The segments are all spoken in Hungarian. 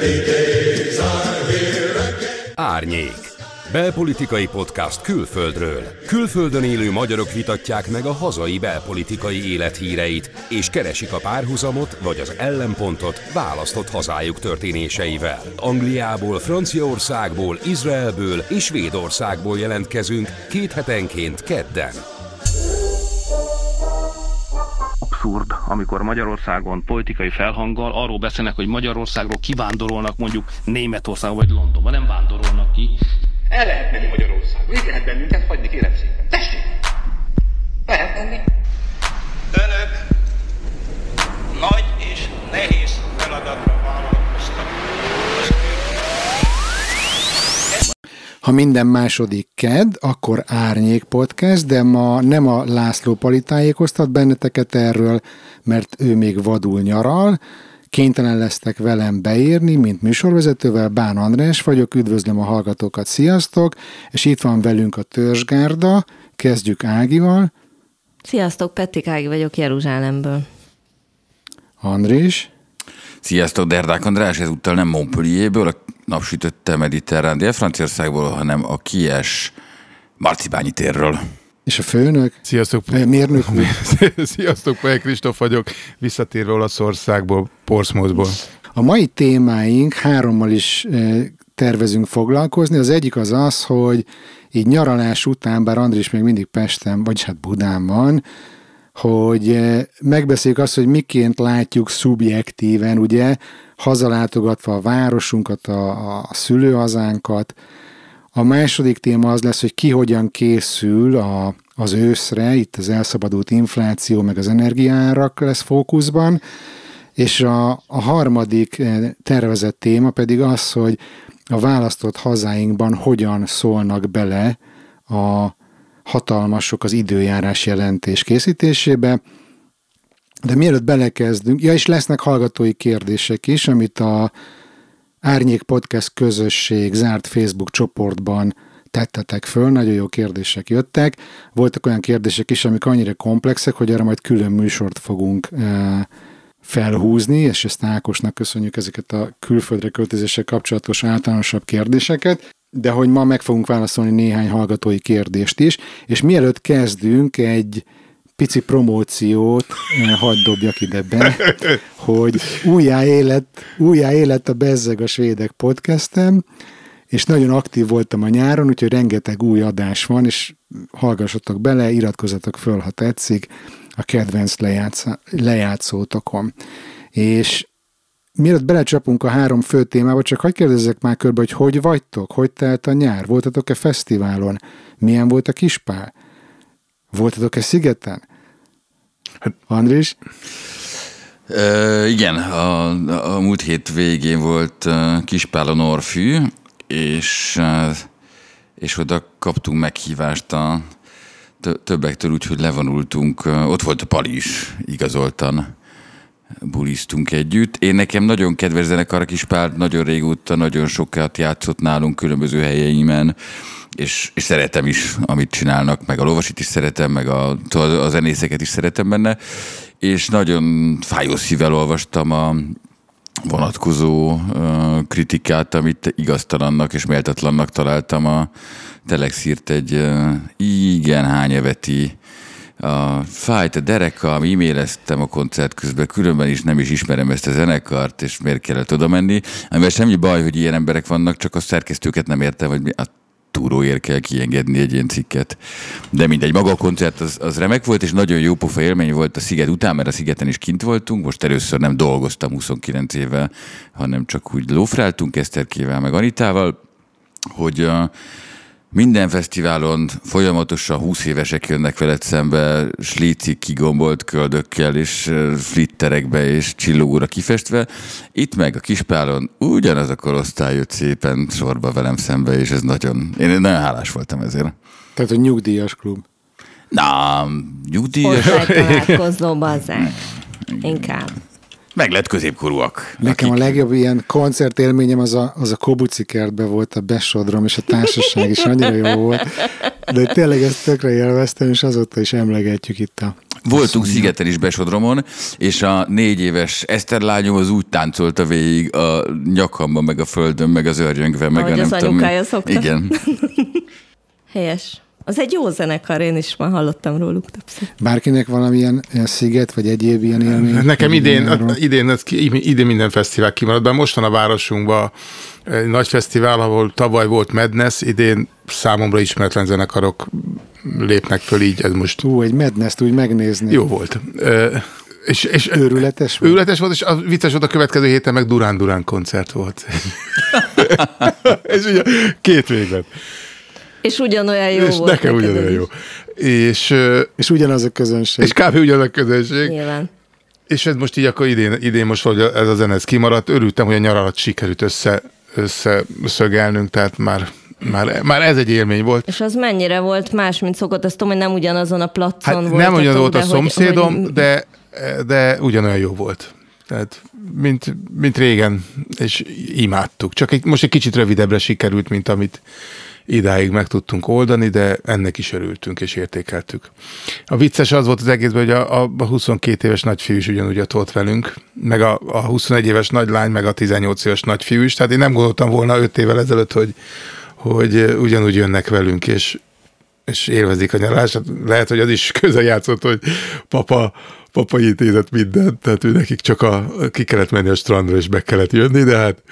Árnyék. Belpolitikai podcast külföldről. Külföldön élő magyarok vitatják meg a hazai belpolitikai élethíreit, és keresik a párhuzamot vagy az ellenpontot választott hazájuk történéseivel. Angliából, Franciaországból, Izraelből és Svédországból jelentkezünk 2 hetenként kedden. Abszurd, amikor Magyarországon politikai felhanggal arról beszélnek, hogy Magyarországról kivándorolnak mondjuk Németországba vagy Londonba, nem vándorolnak ki. El lehet menni Magyarországba, így lehet bennünket hagyni, kérem szépen. Tessék! Lehet menni. Önök nagy és nehéz feladatra vállalkoztak. Ha minden második kedd, akkor Árnyék Podcast, de ma nem a László Pali tájékoztat benneteket erről, mert ő még vadul nyaral. Kénytelen lesztek velem beírni, mint műsorvezetővel. Bán András vagyok, üdvözlöm a hallgatókat, sziasztok! És itt van velünk a törzsgárda, kezdjük Ágival. Sziasztok, Pettik Ági vagyok Jeruzsálemből. Andrés. Sziasztok, Derdák András, ezúttal nem Montpellierből, a napsütötte mediterrán Dél-Franciaországból, hanem a kies Marcibányi térről. És a főnök? Sziasztok, mérnök úr. Sziasztok, Pál Kristóf vagyok, visszatérve Olaszországból, Portsmouthból. A mai témáink 3-mal is tervezünk foglalkozni. Az egyik az, hogy így nyaralás után, bár Andrés még mindig Pesten, vagyis hát Budán van, hogy megbeszéljük azt, hogy miként látjuk szubjektíven, ugye, hazalátogatva a városunkat, a szülőhazánkat. A második téma az lesz, hogy ki hogyan készül az őszre, itt az elszabadult infláció, meg az energiaárak lesz fókuszban, és a harmadik tervezett téma pedig az, hogy a választott hazáinkban hogyan szólnak bele a hatalmasok az időjárás jelentés készítésébe. De mielőtt belekezdünk, és lesznek hallgatói kérdések is, amit a Árnyék Podcast közösség zárt Facebook csoportban tettetek föl, nagyon jó kérdések jöttek. Voltak olyan kérdések is, amik annyira komplexek, hogy arra majd külön műsort fogunk felhúzni, és ezt Ákosnak köszönjük ezeket a külföldre költözéssel kapcsolatos általánosabb kérdéseket, de hogy ma meg fogunk válaszolni néhány hallgatói kérdést is, és mielőtt kezdünk, egy pici promóciót hadd dobjak ide be, hogy újjá élet a Bezzeg a Svédek podcastem, és nagyon aktív voltam a nyáron, úgyhogy rengeteg új adás van, és hallgassatok bele, iratkozzatok föl, ha tetszik, a kedvenc lejátszótokon. És mielőtt belecsapunk a 3 fő témába, csak hadd kérdezzek már körbe, hogy vagytok? Hogy telt a nyár? Voltatok-e fesztiválon? Milyen volt a Kispál? Voltatok-e szigeten? Andrés? Igen, a múlt hét végén volt Kispálon Orfű, és oda kaptunk meghívást a többektől, úgyhogy levonultunk. Ott volt a Pali is, igazoltan buliztunk együtt. Nekem nagyon kedves zenekar a Kispál, nagyon régóta, nagyon sokat játszott nálunk különböző helyeimen, és szeretem is, amit csinálnak, meg a lovasit is szeretem, meg a zenészeket is szeretem benne, és nagyon fájó szívvel olvastam a vonatkozó kritikát, amit igaztalannak és méltatlannak találtam. A Telex írt egy igen hányeveti fájt a derekam, e-maileztem a koncert közben, különben is nem is ismerem ezt a zenekart, és miért kellett oda menni. Amivel semmi baj, hogy ilyen emberek vannak, csak a szerkesztőket nem értem, hogy a túróért kell kiengedni egy ilyen cikket. De mindegy, maga a koncert az remek volt, és nagyon jó pofa élmény volt a Sziget után, mert a Szigeten is kint voltunk, most először nem dolgoztam 29 éve, hanem csak úgy lófráltunk Eszterkével, meg Anitával, hogy minden fesztiválon folyamatosan 20 évesek jönnek veled szembe, slícig kigombolt köldökkel, és flitterekbe, és csillogóra kifestve. Itt meg a Kispálon ugyanaz a korosztály jött szépen sorba velem szembe, és ez én nagyon hálás voltam ezért. Tehát a nyugdíjas klub. Na, nyugdíjas... Találkozó, bazzák. Inkább. Meg lett középkorúak. Nekem a legjobb ilyen koncertélményem az a Kobuci kertben volt a besodrom, és a társaság is annyira jó volt. De tényleg ezt tökre élveztem, és azóta is emlegetjük itt a Voltunk Szigeten is Besodromon, és a 4 éves Eszter lányom az úgy táncolta végig a nyakamban, meg a földön, meg az örjöngve, meg ahogy a nem az tudom. anyukája szokta. Igen. Helyes. Az egy jó zenekar, én is már hallottam róluk többször. Bárkinek valamilyen Sziget, vagy egyéb ilyen élmény? Nekem idén minden fesztivál kimaradt, bár most van a városunkban egy nagy fesztivál, ahol tavaly volt Madness, idén számomra ismeretlen zenekarok lépnek föl, így ez most... Egy Madness-t úgy megnézni. Jó volt. És őrületes volt? Őrületes volt, és vicces volt, a következő héten meg Durán Durán koncert volt. És ugye 2 végben. És ugyanolyan jó és volt. Nekem ugyanolyan jó. És ugyanaz a közönség. És kb. Ugyanaz a közönség. Nyilván. És ez most így akkor idén most, hogy ez a zene ez kimaradt, örültem, hogy a nyar alatt sikerült összeszögelnünk, tehát már ez egy élmény volt. És az mennyire volt más, mint szokott? Ezt tudom, hogy nem ugyanazon a placon volt. Nem ugyanaz volt a szomszédom, de ugyanolyan jó volt. Tehát, mint régen, és imádtuk. Csak most egy kicsit rövidebbre sikerült, mint amit idáig meg tudtunk oldani, de ennek is örültünk és értékeltük. A vicces az volt az egészben, hogy a 22 éves nagyfiú is ugyanúgy ott volt velünk, meg a 21 éves nagylány, meg a 18 éves nagyfiú is, tehát én nem gondoltam volna 5 évvel ezelőtt, hogy ugyanúgy jönnek velünk, és élvezik a nyarást. Lehet, hogy az is közel játszott, hogy papa intézett mindent, tehát nekik csak ki kellett menni a strandra, és be kellett jönni, de hát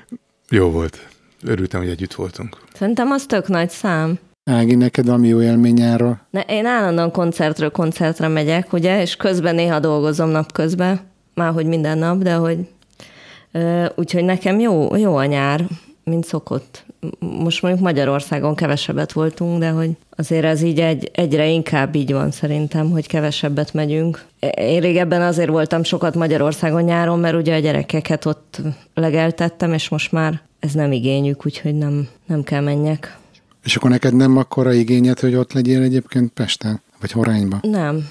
jó volt. Örültem, hogy együtt voltunk. Szerintem az tök nagy szám. Ági, neked valami jó élményáról? Én állandóan koncertről koncertre megyek, ugye, és közben néha dolgozom napközben, márhogy minden nap, de hogy úgyhogy nekem jó a nyár, mint szokott. Most mondjuk Magyarországon kevesebbet voltunk, de hogy azért ez így egyre inkább így van szerintem, hogy kevesebbet megyünk. Én régebben azért voltam sokat Magyarországon nyáron, mert ugye a gyerekeket ott legeltettem, és most már ez nem igényük, úgyhogy nem kell menjek. És akkor neked nem akkora igényed, hogy ott legyél egyébként Pesten? Vagy Horányban? Nem.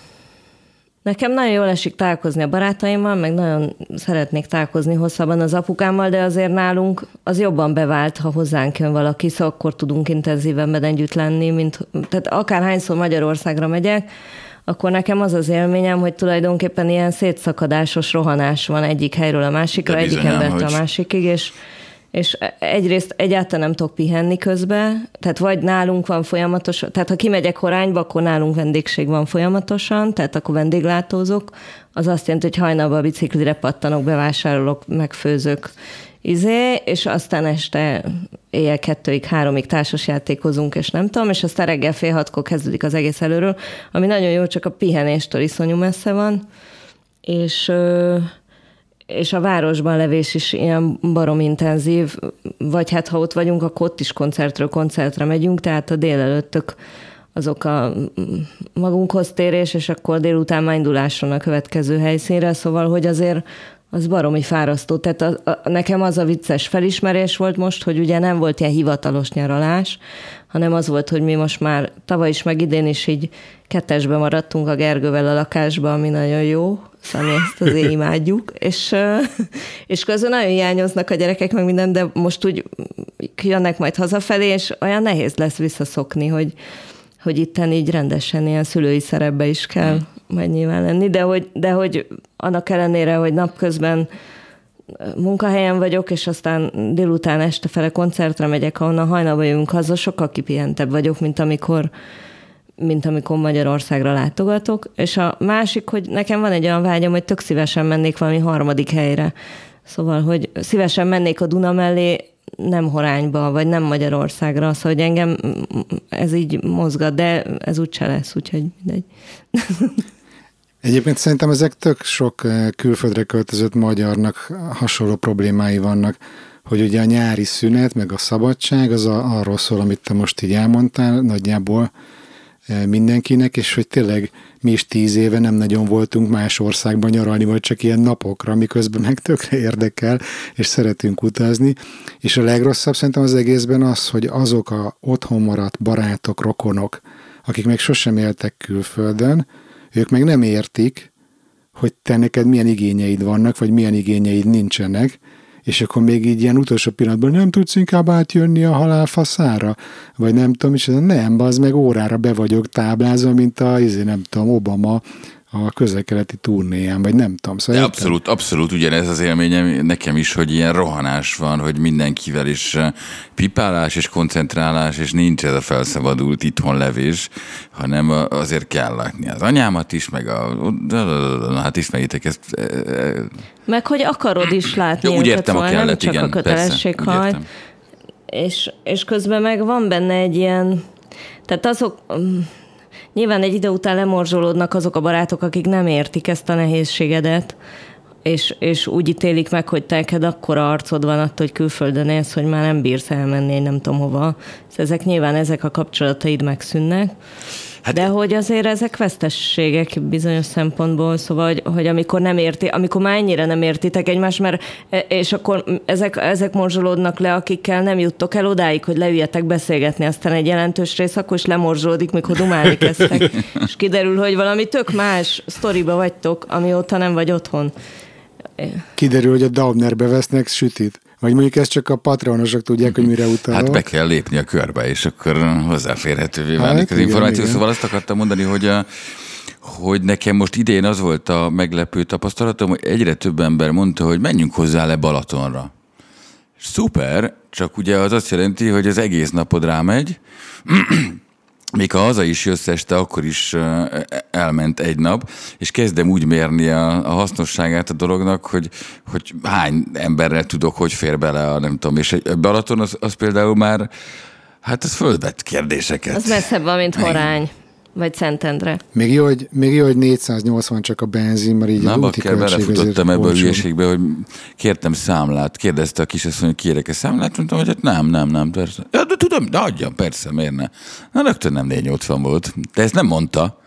Nekem nagyon jól esik találkozni a barátaimmal, meg nagyon szeretnék találkozni hosszabban az apukámmal, de azért nálunk az jobban bevált, ha hozzánk jön valaki, szóval akkor tudunk intenzívebben együtt lenni, tehát akárhányszor Magyarországra megyek, akkor nekem az az élményem, hogy tulajdonképpen ilyen szétszakadásos rohanás van egyik helyről a másikra, egyik embertől a másikig, és egyrészt egyáltalán nem tudok pihenni közben, tehát vagy nálunk van folyamatosan, tehát ha kimegyek Horányba, akkor nálunk vendégség van folyamatosan, tehát akkor vendéglátózok, az azt jelenti, hogy hajnalban a biciklire pattanok, bevásárolok, megfőzök, és aztán este éjjel 2-ig, 3-ig társasjátékozunk, és nem tudom, és aztán reggel 5:30-kor kezdődik az egész előről, ami nagyon jó, csak a pihenéstől iszonyú messze van, és a városban levés is ilyen barom intenzív, vagy hát ha ott vagyunk, akkor ott is koncertről koncertre megyünk, tehát a délelőttök azok a magunkhoz térés, és akkor délután már induláson a következő helyszínre, szóval, hogy azért az baromi fárasztó. Tehát nekem az a vicces felismerés volt most, hogy ugye nem volt ilyen hivatalos nyaralás, hanem az volt, hogy mi most már tavaly is, meg idén is így 2-esbe maradtunk a Gergővel a lakásba, ami nagyon jó, szóval ezt azért imádjuk, és közben nagyon hiányoznak a gyerekek, meg minden, de most úgy jönnek majd hazafelé, és olyan nehéz lesz visszaszokni, hogy itten így rendesen ilyen szülői szerepbe is kell majd nyilván lenni, de hogy annak ellenére, hogy napközben munkahelyen vagyok, és aztán délután este fele koncertre megyek, ahonnan hajnalban jövünk haza, sokkal kipihentebb vagyok, mint amikor Magyarországra látogatok. És a másik, hogy nekem van egy olyan vágyam, hogy tök szívesen mennék valami harmadik helyre. Szóval, hogy szívesen mennék a Duna mellé, nem Horányba, vagy nem Magyarországra, szóval, hogy engem ez így mozgat, de ez úgyse lesz, úgyhogy mindegy. Egyébként szerintem ezek tök sok külföldre költözött magyarnak hasonló problémái vannak, hogy ugye a nyári szünet, meg a szabadság, az arról szól, amit te most így elmondtál, nagyjából mindenkinek, és hogy tényleg mi is 10 éve nem nagyon voltunk más országban nyaralni, vagy csak ilyen napokra, miközben meg tökre érdekel, és szeretünk utazni. És a legrosszabb szerintem az egészben az, hogy azok a otthon maradt barátok, rokonok, akik még sosem éltek külföldön, ők meg nem értik, hogy te neked milyen igényeid vannak, vagy milyen igényeid nincsenek, és akkor még így ilyen utolsó pillanatban nem tudsz inkább átjönni a halál faszára? Vagy nem tudom, és nem, az meg órára be vagyok táblázva, mint nem tudom, Obama a közel-keleti turnéján, vagy nem tudom. Szóval abszolút ugyanez az élményem nekem is, hogy ilyen rohanás van, hogy mindenkivel is pipálás és koncentrálás, és nincs ez a felszabadult itthonlevés, hanem azért kell látni az anyámat is, meg hát ismeritek ezt. Meg hogy akarod is látni úgy értem, őket, nem csak igen, a kötelesség hajt. És közben meg van benne egy ilyen, tehát azok... Nyilván egy idő után lemorzsolódnak azok a barátok, akik nem értik ezt a nehézségedet, és úgy ítélik meg, hogy te neked akkora arcod van attól, hogy külföldön élsz, hogy már nem bírsz elmenni, nem tudom hova. Ezek a kapcsolataid megszűnnek. De hogy azért ezek vesztességek bizonyos szempontból, szóval, hogy amikor már ennyire nem értitek egymást, és akkor ezek morzsolódnak le, akikkel nem juttok el odáig, hogy leüljetek beszélgetni, aztán egy jelentős rész akkor is lemorzsolódik, mikor dumálni kezdtek, és kiderül, hogy valami tök más sztoriba vagytok, amióta nem vagy otthon. Kiderül, hogy a Daubnerbe vesznek sütit. Vagy mondjuk ezt csak a patronosok tudják, hogy mire utalok. Hát be kell lépni a körbe, és akkor hozzáférhetővé válik az információ. Igen. Szóval azt akartam mondani, hogy nekem most idén az volt a meglepő tapasztalatom, hogy egyre több ember mondta, hogy menjünk hozzá le Balatonra. Szuper, csak ugye az azt jelenti, hogy az egész napod rámegy, még ha haza is jössz este, akkor is elment egy nap, és kezdem úgy mérni a hasznosságát a dolognak, hogy hány emberrel tudok, hogy fér bele nem tudom, és egy Balaton az például már, hát az fölvet kérdéseket. Az messzebb van, mint Horány, vagy Szentendre. Még jó, hogy 480 csak a benzin, mert így az úti költség belefutottam ebbe a hülyeségbe, hogy kértem számlát, kérdezte a kisasszony, hogy kérek-e számlát, mondtam, hogy hát nem, persze. Ja, de tudom, de adjam, persze, miért ne? Na, rögtön nem 480 volt, de ezt nem mondta.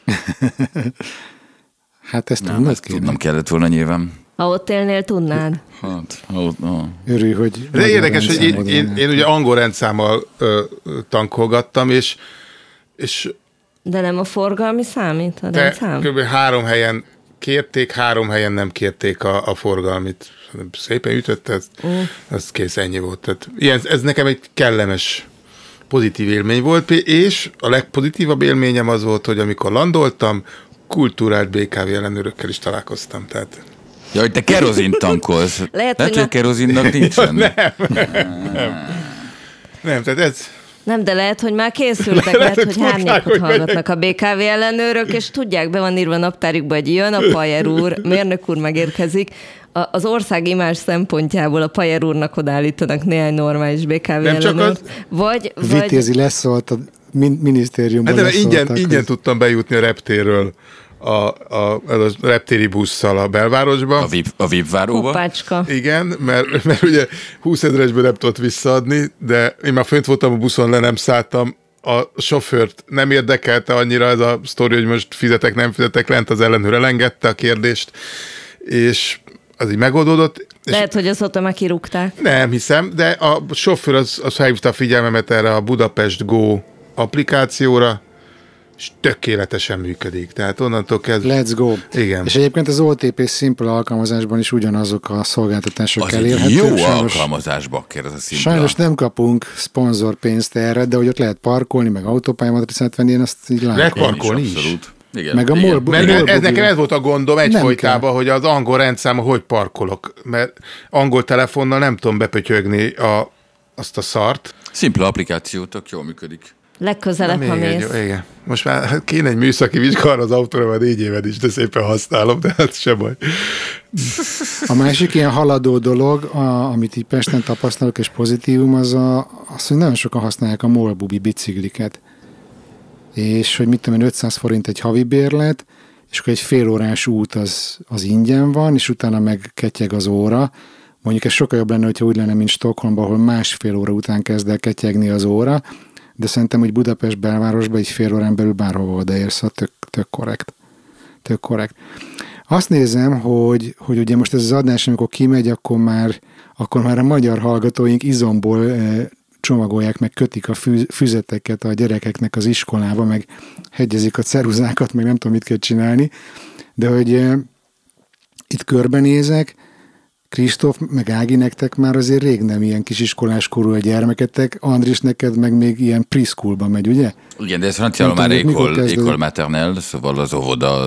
Hát ezt tudnom kellett volna nyilván. Ha ott élnél, tudnád? Hát, örülj, hogy... De érdekes, hogy én ugye angol rendszámmal tankolgattam, és de nem a forgalmi számít, a rendszám? Kb. 3 helyen kérték, 3 helyen nem kérték a forgalmit. Szépen ütött, ez kész, ennyi volt. Tehát ez nekem egy kellemes, pozitív élmény volt, és a legpozitívabb élményem az volt, hogy amikor landoltam, kultúrált BKV ellenőrökkel is találkoztam. Tehát... Ja, hogy te kerozint tankolsz. Lehet, hogy kerozinnak nincsen. Nem, tehát ez... Nem, de lehet, hogy már készültek, lehet, hogy hárnyékot hallgatnak a BKV ellenőrök, és tudják, be van írva a naptárikba, hogy jön a Pajer úr, mérnök úr megérkezik. Az ország imázs szempontjából a Pajer úrnak odállítanak néhány normális BKV ellenőrt. Vitézi leszólt a minisztériumban. Hát ingyen tudtam bejutni a reptérről a reptéri busszal a belvárosba. A VIP váróba. Hoppácska. Igen, mert ugye 20 000-esből nem tudott visszaadni, de én már fönt voltam a buszon, le nem szálltam. A sofőrt nem érdekelte annyira ez a sztori, hogy most fizetek, nem fizetek, lent az ellenőr elengedte a kérdést, és az így megoldódott. Lehet, hogy azóta már kirúgták. Nem hiszem, de a sofőr az felhívta a figyelmemet erre a Budapest Go applikációra, és tökéletesen működik. Tehát onnantól kezdve... Let's go. Igen. És egyébként az OTP Simple alkalmazásban is ugyanazok a szolgáltatások elérhetők. Jó alkalmazás, Bakker, az a Simple. Sajnos nem kapunk szponzorpénzt erre, de hogy ott lehet parkolni, meg autópályamatricát venni, én azt így látom. Lehet parkolni is. Abszolút. Igen. Meg a nekem ez volt a gondom egyfolytában, hogy az angol rendszáma hogy parkolok, mert angol telefonnal nem tudom bepötyögni azt a szart. Simple applikáció, tök jól működik. Legközelebb, ha mész. Igen. Most már kéne egy műszaki vizsgára az autóra, már 4 évad is, de szépen használom, de hát se baj. A másik ilyen haladó dolog, amit így Pesten tapasztalok, és pozitívum, az, hogy nagyon sokan használják a molbubi bicikliket. És hogy mit tudom én, 500 forint egy havi bérlet, és akkor egy fél órás út az ingyen van, és utána meg ketyeg az óra. Mondjuk ez sokkal jobb lenne, hogyha úgy lenne, mint Stockholmban, ahol másfél óra után kezd el ketyegni az óra, de szerintem, hogy Budapest belvárosban egy fél órán belül bárhova odaérsz, tök korrekt. Tök korrekt. Azt nézem, hogy ugye most ez az adás, amikor kimegy, akkor már a magyar hallgatóink izomból csomagolják, meg kötik a füzeteket a gyerekeknek az iskolába, meg hegyezik a ceruzákat, meg nem tudom, mit kell csinálni, de hogy itt körbenézek, Kristóf, meg Ági, nektek már azért rég nem ilyen kisiskolás korú a gyermeketek, Andris, neked meg még ilyen preschoolba megy, ugye? Igen, de ez franciául már école maternelle, szóval az óvoda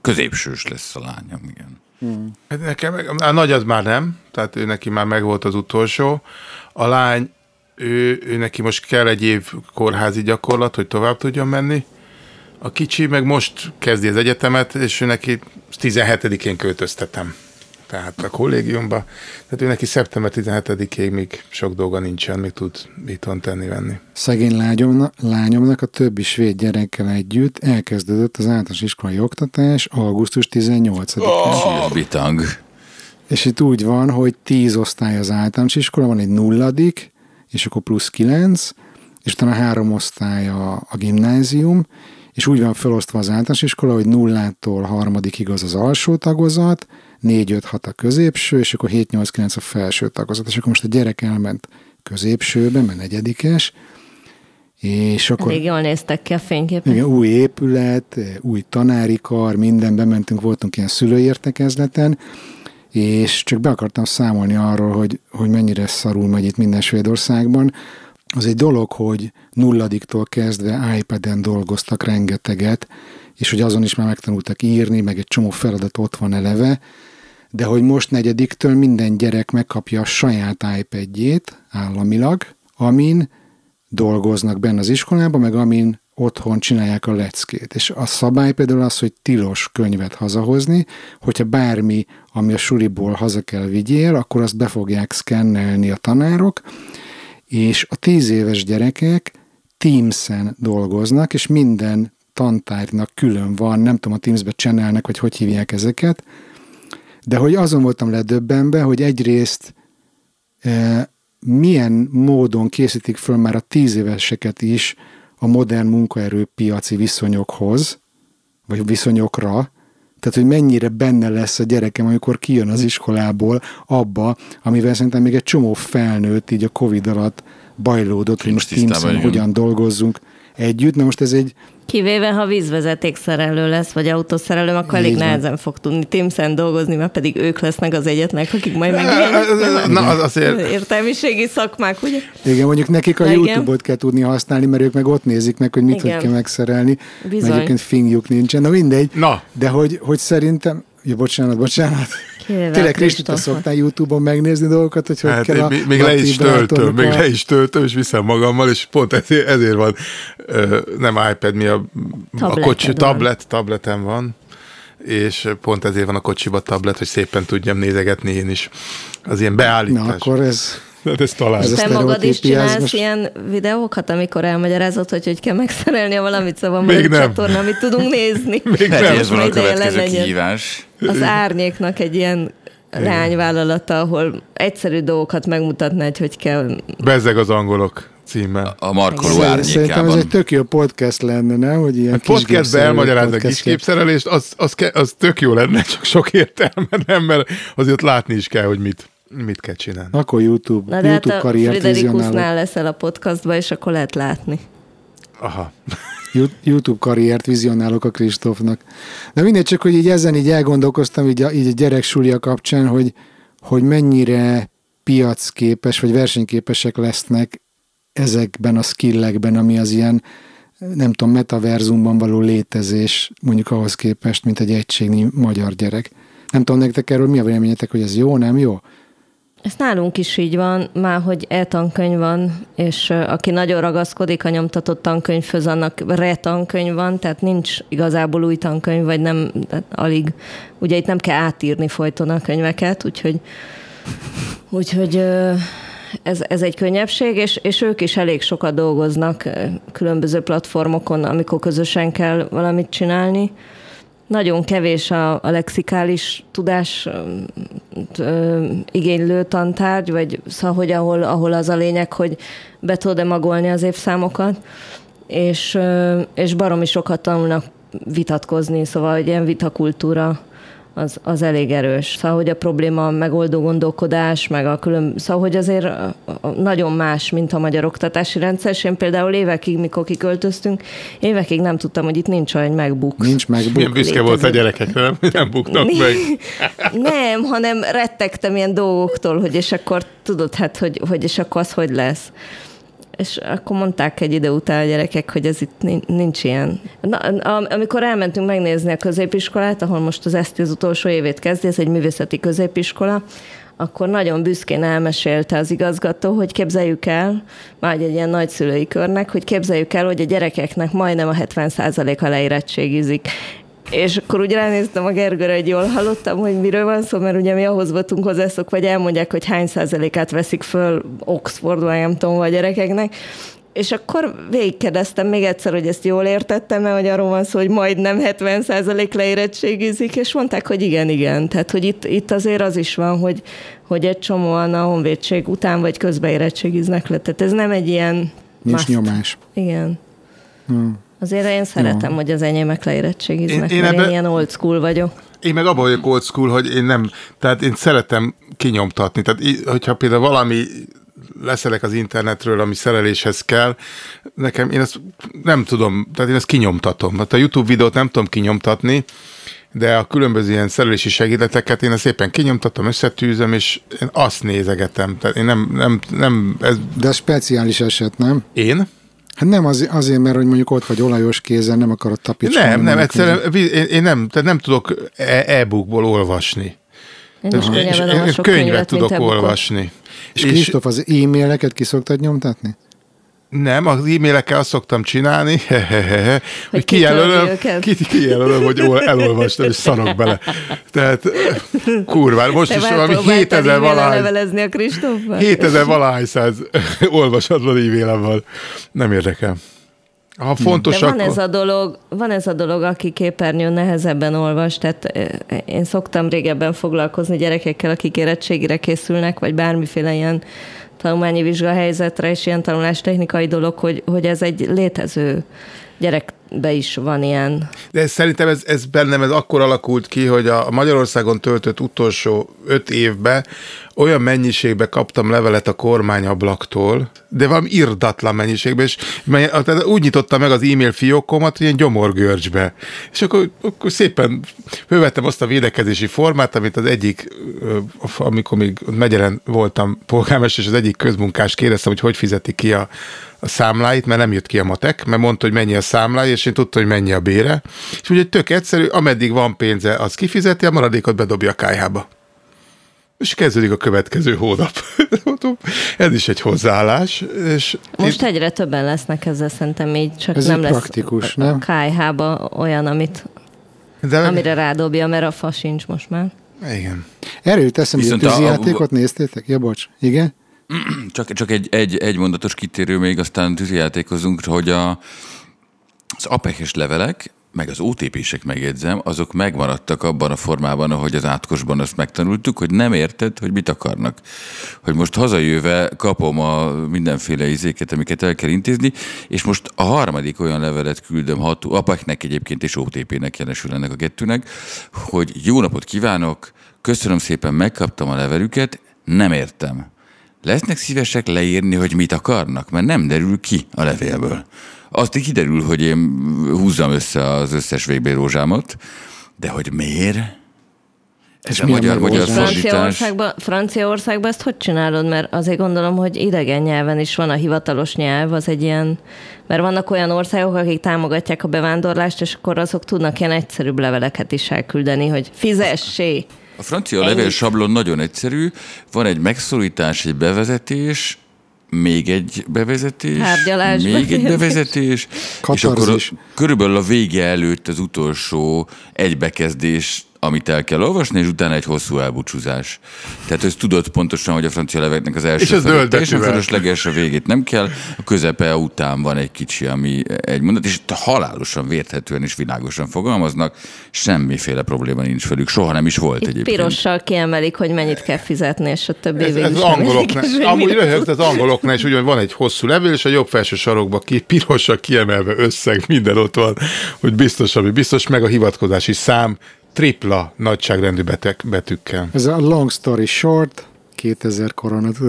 középsős lesz a lányom, igen. Hát nekem a nagy az már nem, tehát ő neki már megvolt az utolsó. A lány, ő neki most kell egy év kórházi gyakorlat, hogy tovább tudjon menni. A kicsi meg most kezdi az egyetemet, és ő neki 17-én költöztetem. Tehát a kollégiumba. Tehát ő neki szeptember 17-ig még sok dolga nincsen, még tud itthon tenni-venni. Szegény lányomnak a többi svéd gyerekkel együtt elkezdődött az általános iskolai oktatás augusztus 18-án. Bitang. És itt úgy van, hogy 10 osztály az általános iskola, van egy 0, és akkor plusz 9, és utána 3 osztály a gimnázium, és úgy van felosztva az általános iskola, hogy 0-tól 3-ig az alsó tagozat, 4-5-6 a középső, és akkor 7-8-9 a felső tagozat. És akkor most a gyerek elment középsőbe, mert 4-es, és akkor... Elég jól néztek ki a fényképen. Igen, új épület, új tanári kar, mindenbe mentünk, voltunk ilyen szülőértekezleten, és csak be akartam számolni arról, hogy mennyire szarul megy itt minden Svédországban. Az egy dolog, hogy 0-tól kezdve iPad-en dolgoztak rengeteget, és hogy azon is már megtanultak írni, meg egy csomó feladat ott van eleve, de hogy most 4-től minden gyerek megkapja a saját iPad-jét államilag, amin dolgoznak benne az iskolában, meg amin otthon csinálják a leckét. És a szabály például az, hogy tilos könyvet hazahozni, hogyha bármi, ami a suliból haza kell vigyél, akkor azt be fogják szkennelni a tanárok, és a 10 éves gyerekek Teams-en dolgoznak, és minden tantárgynak külön van, nem tudom, a Teams-be channelnek, vagy hogy hívják ezeket, de hogy azon voltam ledöbbenve, hogy egyrészt milyen módon készítik föl már a 10 éveseket is a modern munkaerőpiaci viszonyokhoz, vagy viszonyokra, tehát, hogy mennyire benne lesz a gyerekem, amikor kijön az iskolából abba, amivel szerintem még egy csomó felnőtt így a Covid alatt bajlódott, hogy most Teams-en hogyan dolgozzunk együtt. Na most ez egy... Kivéve, ha vízvezetékszerelő lesz, vagy autószerelő, akkor elég nehezen fog tudni Teams-en dolgozni, mert pedig ők lesznek az egyetlenek, akik majd megélnek. Na, az azért... Értelmiségi szakmák, ugye? Igen, mondjuk nekik a YouTube-ot kell tudni használni, mert ők meg ott nézik meg, hogy mit hogy kell megszerelni. Bizony. Mert egyébként fingjuk nincsen. Na mindegy. Na. De hogy szerintem... Ja, bocsánat. Tényleg, Kristi, te szoktál YouTube-on megnézni dolgokat, hogy hát kell még le is töltöm, és viszem magammal, és pont ezért van nem iPad, mi a kocsi, tabletem van, és pont ezért van a kocsiba tablet, hogy szépen tudjam nézegetni én is. Az ilyen beállítás. Na, akkor ez talán. Te magad is csinálsz ilyen videókat, amikor elmagyarázod, hogy kell megszerelni valamit, szóval van egy csatorna, amit tudunk nézni. Még nem. Ez van a következő kihívás. Az Árnyéknak egy ilyen leányvállalata, ahol egyszerű dolgokat megmutatná, hogy kell... Bezzeg az angolok címmel. A markoló Árnyékában. Szerintem ez egy tök jó podcast lenne, nem? Hogy ilyen podcastben elmagyarázni a kisképszerelést, az tök jó lenne, csak sok értelme nem, mert azért látni is kell, hogy mit kell csinálni. Akkor YouTube karriert Friderikusnál leszel a podcastba, és akkor lehet látni. Aha. YouTube karriert vizionálok a Kristófnak. De mindegy, csak hogy így ezen így elgondolkoztam így a gyereksulia kapcsán, hogy mennyire piacképes, vagy versenyképesek lesznek ezekben a skillekben, ami az ilyen, nem tudom, metaverzumban való létezés, mondjuk ahhoz képest, mint egy egységnyi magyar gyerek. Nem tudom, nektek erről mi a véleményetek, hogy ez jó, nem jó? Ez nálunk is így van, már hogy e-tankönyv van, és aki nagyon ragaszkodik a nyomtatott tankönyvhöz, annak re-tankönyv van, tehát nincs igazából új tankönyv, vagy nem, alig, ugye itt nem kell átírni folyton a könyveket, úgyhogy ez egy könnyebbség, és ők is elég sokat dolgoznak különböző platformokon, amikor közösen kell valamit csinálni. Nagyon kevés a lexikális tudás igénylő tantárgy, vagy szóval, hogy ahol az a lényeg, hogy be tudod-e magolni az évszámokat, és baromi sokat tanulnak vitatkozni, szóval hogy ilyen vitakultúra az elég erős. Szóval, hogy a probléma megoldó gondolkodás, meg szóval, hogy azért nagyon más, mint a magyar oktatási rendszer, és én például évekig, mikor kiköltöztünk, évekig nem tudtam, hogy itt nincs olyan MacBook. Nincs MacBook. Milyen büszke volt a gyerekekre, nem buknak meg. Nem, hanem rettegtem ilyen dolgoktól, hogy és akkor tudod, hát, hogy és akkor az hogy lesz. És akkor mondták egy idő után a gyerekek, hogy ez itt nincs ilyen. Na, amikor elmentünk megnézni a középiskolát, ahol most az eszti az utolsó évét kezdi, ez egy művészeti középiskola, akkor nagyon büszkén elmesélte az igazgató, hogy képzeljük el, már egy ilyen nagyszülői körnek, hogy képzeljük el, hogy a gyerekeknek majdnem a 70%-a leérettségizik. És akkor úgy ránéztem a Gergőre, hogy jól hallottam, hogy miről van szó, mert ugye mi ahhoz voltunk hozzászokva, vagy elmondják, hogy hány százalékát veszik föl Oxfordban, nem tudom, a gyerekeknek. És akkor végigkérdeztem még egyszer, hogy ezt jól értettem, mert hogy arról van szó, hogy majdnem 70% leérettségizik, és mondták, hogy igen. Tehát, hogy itt azért az is van, hogy egy csomóan a honvédség után vagy közben érettségiznek le. Tehát ez nem egy ilyen... Nincs nyomás. Igen. Azért én szeretem, hogy az enyémek leérettségiznek, én ilyen old school vagyok. Én meg abban vagyok old school, hogy én szeretem kinyomtatni. Tehát, hogyha például valami leszelek az internetről, ami szereléshez kell, nekem én ezt nem tudom, tehát én ezt kinyomtatom. Hát a YouTube videót nem tudom kinyomtatni, de a különböző ilyen szerelési segédleteket én ezt szépen kinyomtatom, összetűzöm, és én azt nézegetem. Tehát én nem ez... De speciális eset, nem? Én? Hát nem azért, mert hogy mondjuk ott vagy olajos kézen, nem akarod tapicsolni. Nem, egyszerűen én nem tudok e-bookból olvasni. Én könyvet tudok olvasni. És Kristóf, az e-maileket ki szoktad nyomtatni? Nem, az e-mailekkel azt szoktam csinálni, hogy kijelölöm, hogy elolvastam, és szarok bele. Tehát kurván, most is valami 7000 valahányszáz olvasatlan e-mailem van. Nem érdekel. Fontos, de van ez a dolog, aki képernyőn nehezebben olvas, tehát én szoktam régebben foglalkozni gyerekekkel, akik érettségire készülnek, vagy bármiféle ilyen tanulmányi vizsgahelyzetre, és ilyen tanulástechnikai dolog, hogy ez egy létező gyerekbe is van ilyen. De szerintem ez bennem akkor alakult ki, hogy a Magyarországon töltött utolsó 5 évben olyan mennyiségbe kaptam levelet a kormányablaktól, de valami irdatlan mennyiségben, és úgy nyitottam meg az e-mail fiókomat, ilyen gyomorgörcsbe. És akkor szépen fölvettem azt a védekezési formát, amit az egyik, amikor még Megyeren voltam polgármester, és az egyik közmunkás kérdeztem, hogy fizeti ki a számláit, mert nem jött ki a matek, mert mondta, hogy mennyi a számlája, és én tudtam, hogy mennyi a bére. És úgy, hogy tök egyszerű, ameddig van pénze, az kifizeti, a maradékot bedobja a kályhába. És kezdődik a következő hónap. Ez is egy hozzáállás. És most egyre többen lesznek ezzel, szerintem így csak ez nem lesz praktikus, nem? A kályhába olyan, amire rádobja, mert a fa sincs most már. Igen. Erről teszem, hogy a tűzijátékot néztétek? Ja, bocs. Igen? Csak egy mondatos kitérő még, aztán tűzijátékozunk, hogy az APEC-es levelek, meg az OTP-sek, megjegyzem, azok megmaradtak abban a formában, ahogy az átkosban azt megtanultuk, hogy nem érted, hogy mit akarnak. Hogy most hazajöve kapom a mindenféle izéket, amiket el kell intézni, és most a harmadik olyan levelet küldöm APEC-nek egyébként, és OTP-nek jelesül ennek a kettőnek, hogy jó napot kívánok, köszönöm szépen, megkaptam a levelüket, nem értem. Lesznek szívesek leírni, hogy mit akarnak? Mert nem derül ki a levélből. Azt kiderül, hogy én húzzam össze az összes végbérózsámat, de hogy miért? Ez a magyar fordítás. Franciaországban ezt hogy csinálod? Mert azért gondolom, hogy idegen nyelven is van a hivatalos nyelv, az egy ilyen... Mert vannak olyan országok, akik támogatják a bevándorlást, és akkor azok tudnak ilyen egyszerűbb leveleket is elküldeni, hogy fizessé. A francia levélsablon nagyon egyszerű, van egy megszólítás, egy bevezetés, még egy bevezetés, még egy bevezetés, és akkor körülbelül a vége előtt az utolsó egybekezdés, amit el kell olvasni, és utána egy hosszú elbúcsúzás. Tehát ezt tudod pontosan, hogy a francia leveknek az első felét teljesen fölösleges, a végét nem kell, a közepe után van egy kicsi, ami egy mondat, és halálosan, vérthetően és világosan fogalmaznak, semmiféle probléma nincs velük, soha nem is volt egyébként. Pirossal kiemelik, hogy mennyit kell fizetni, és a többi végül is nem érdekes. Amúgy röhögt az angoloknál is, úgy van egy hosszú levél, és a jobb felső sarokba pirossal kiemelve összeg, minden ott van, hogy biztos, ami biztos, meg a hivatkozási szám, tripla nagyságrendű betűkkel. Ez a long story short, 2000 korona, tudod?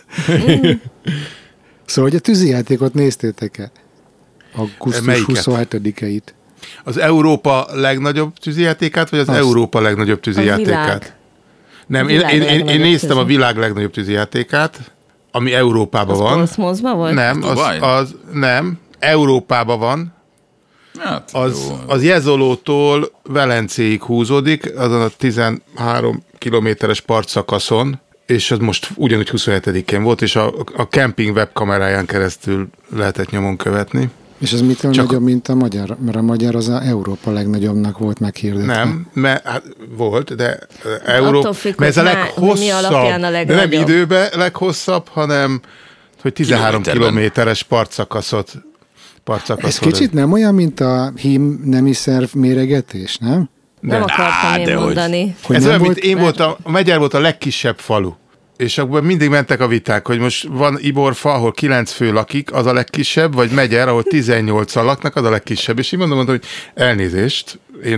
Szóval, hogy a tűzijátékot néztétek-e? Augusztus 27-eit. Az Európa legnagyobb tűzijátékát, vagy az Európa legnagyobb tűzijátékát? Nem, én néztem a világ legnagyobb tűzijátékát, ami Európában van. Portsmouthban volt? Nem, nem, Európában van. Hát, az Jezolótól Velencéig húzódik, azon a 13 kilométeres partszakaszon, és az most ugyanúgy 27-én volt, és a camping webkameráján keresztül lehetett nyomon követni. És ez mitől nagyobb, mint a magyar? Mert a magyar az a Európa legnagyobbnak volt meghirdetve. Nem, mert volt, de Európa... Mert ez a leghosszabb, de nem időben leghosszabb, hanem hogy 13 kilométeres partszakaszot. Ez kicsit nem olyan, mint a hím nemi szerv méregetés, nem? Nem akartam én mondani. Ez olyan, mint én voltam, a Megyer volt a legkisebb falu. És akkor mindig mentek a viták, hogy most van Iborfa, ahol 9 fő lakik, az a legkisebb, vagy Megyer, ahol 18-an laknak, az a legkisebb. És én mondom, hogy elnézést, én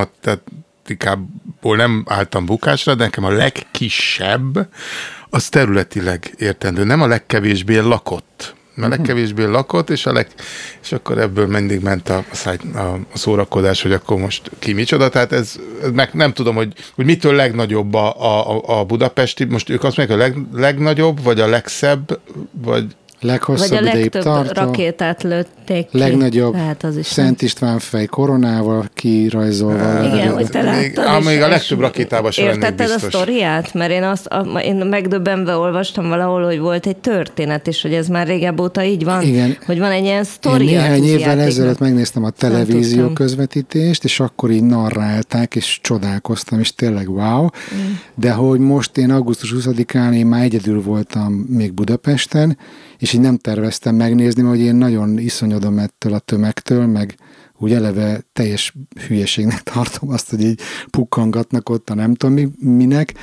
matematikából nem álltam bukásra, de nekem a legkisebb, az területileg értendő, nem a legkevésbé lakott. A legkevésbé lakott, és akkor ebből mindig ment a szórakozás, hogy akkor most ki micsoda. Tehát ez nem tudom, hogy mitől legnagyobb a budapesti, most ők azt mondják, a legnagyobb, vagy a legszebb, vagy... Leghosszabb vagy a ideig legtöbb rakétát lőtték ki. Legnagyobb Szent István fej koronával kirajzolva. Igen, hogy te láttad. Még a legtöbb rakétában sem lennék biztos. Értetted a sztoriát? Mert én megdöbbenve olvastam valahol, hogy volt egy történet, és hogy ez már régebb óta így van, igen. Hogy van egy ilyen sztoria. Néhány évvel ezelőtt megnéztem a televízió közvetítést, és akkor így narrálták, és csodálkoztam, és tényleg wow. De hogy most én augusztus 20-án én már egyedül voltam még Budapesten, és így nem terveztem megnézni, mert én nagyon iszonyodom ettől a tömegtől, meg úgy eleve teljes hülyeségnek tartom azt, hogy így pukkangatnak ott a nem tudom minek,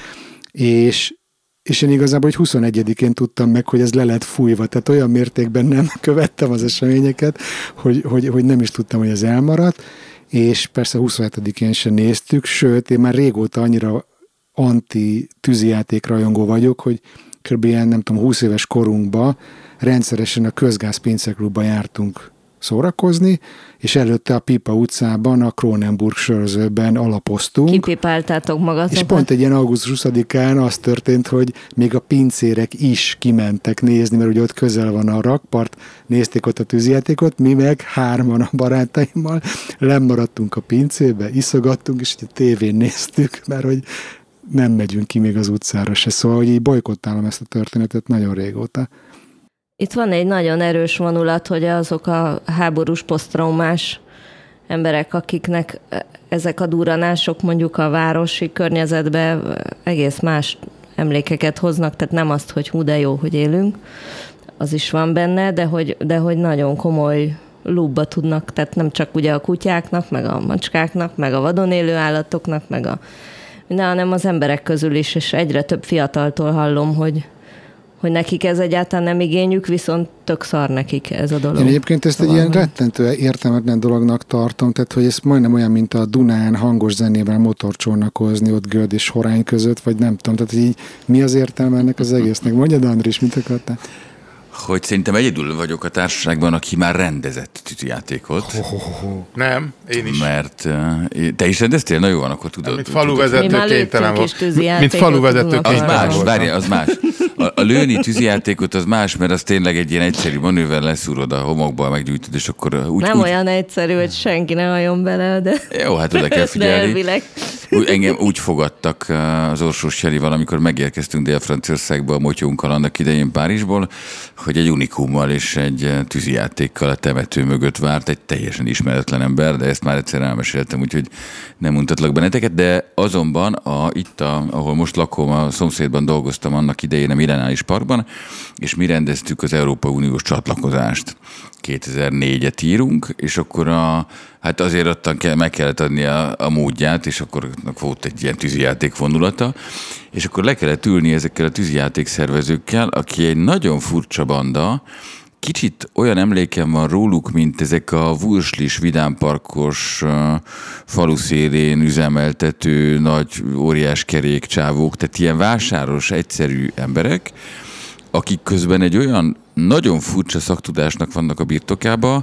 és én igazából, hogy 21-én tudtam meg, hogy ez le lett fújva, tehát olyan mértékben nem követtem az eseményeket, hogy nem is tudtam, hogy ez elmaradt, és persze 27-én sem néztük, sőt, én már régóta annyira anti-tűzijáték rajongó vagyok, hogy kb. Nem tudom, 20 éves korunkban rendszeresen a Közgáz Pinceklubba jártunk szórakozni, és előtte a Pipa utcában, a Kronenburg sörzőben alapoztunk. Kipipáltátok magatokat. És pont egy ilyen augusztus 20-án az történt, hogy még a pincérek is kimentek nézni, mert ugye ott közel van a rakpart, nézték ott a tűzijátékot, mi meg 3-an a barátaimmal lemaradtunk a pincébe, iszogattunk, és a tévén néztük, mert hogy nem megyünk ki még az utcára se, szóval, hogy így bojkottálom ezt a történetet nagyon régóta. Itt van egy nagyon erős vonulat, hogy azok a háborús posztraumás emberek, akiknek ezek a durranások mondjuk a városi környezetbe egész más emlékeket hoznak, tehát nem azt, hogy hú de jó, hogy élünk, az is van benne, de hogy nagyon komoly lúbba tudnak, tehát nem csak ugye a kutyáknak, meg a macskáknak, meg a vadon élő állatoknak, meg a hanem az emberek közül is, és egyre több fiataltól hallom, hogy nekik ez egyáltalán nem igényük, viszont tök szar nekik ez a dolog. Én egyébként ezt egy ilyen rettentő értelmetlen dolognak tartom, tehát hogy ez majdnem olyan, mint a Dunán hangos zenével motorcsónakozni ott Göd és Horány között, vagy nem tudom, tehát így mi az értelme ennek az egésznek? Mondjad, Andris, mit akartál? Hogy szerintem egyedül vagyok a társaságban, aki már rendezett tűzijátékot. Nem, én is. Mert te is rendeztél? Na jó van, akkor tudod. Mint faluvezető kénytelen volt. Mint faluvezető Az más, várjál, az más. A lőni tűzijátékot az más, mert az tényleg egy ilyen egyszerű manővel leszúrod a homokba, meggyújtod, és akkor nem olyan egyszerű, hogy senki ne halljon bele, de... Jó, hát oda kell figyelni. Engem úgy fogadtak az Orsós Jelival, amikor megérkeztünk Dél-Franciaországba a motyónkkal annak idején Párizsból, hogy egy unikummal és egy tűzijátékkal a temető mögött várt egy teljesen ismeretlen ember, de ezt már egyszer elmeséltem, úgyhogy nem mutatlak benneteket, de azonban ahol most lakom, a szomszédban dolgoztam annak idején a Millenáris Parkban, és mi rendeztük az Európai Uniós csatlakozást. 2004-et írunk, és akkor hát azért ottan meg kellett adni a módját, és akkor volt egy ilyen tűzijáték vonulata, és akkor le kellett ülni ezekkel a tűzijáték szervezőkkel, aki egy nagyon furcsa banda, kicsit olyan emlékem van róluk, mint ezek a Wurslis vidámparkos faluszélén üzemeltető nagy óriás kerékcsávók, tehát ilyen vásáros, egyszerű emberek, akik közben egy olyan nagyon furcsa szaktudásnak vannak a birtokába,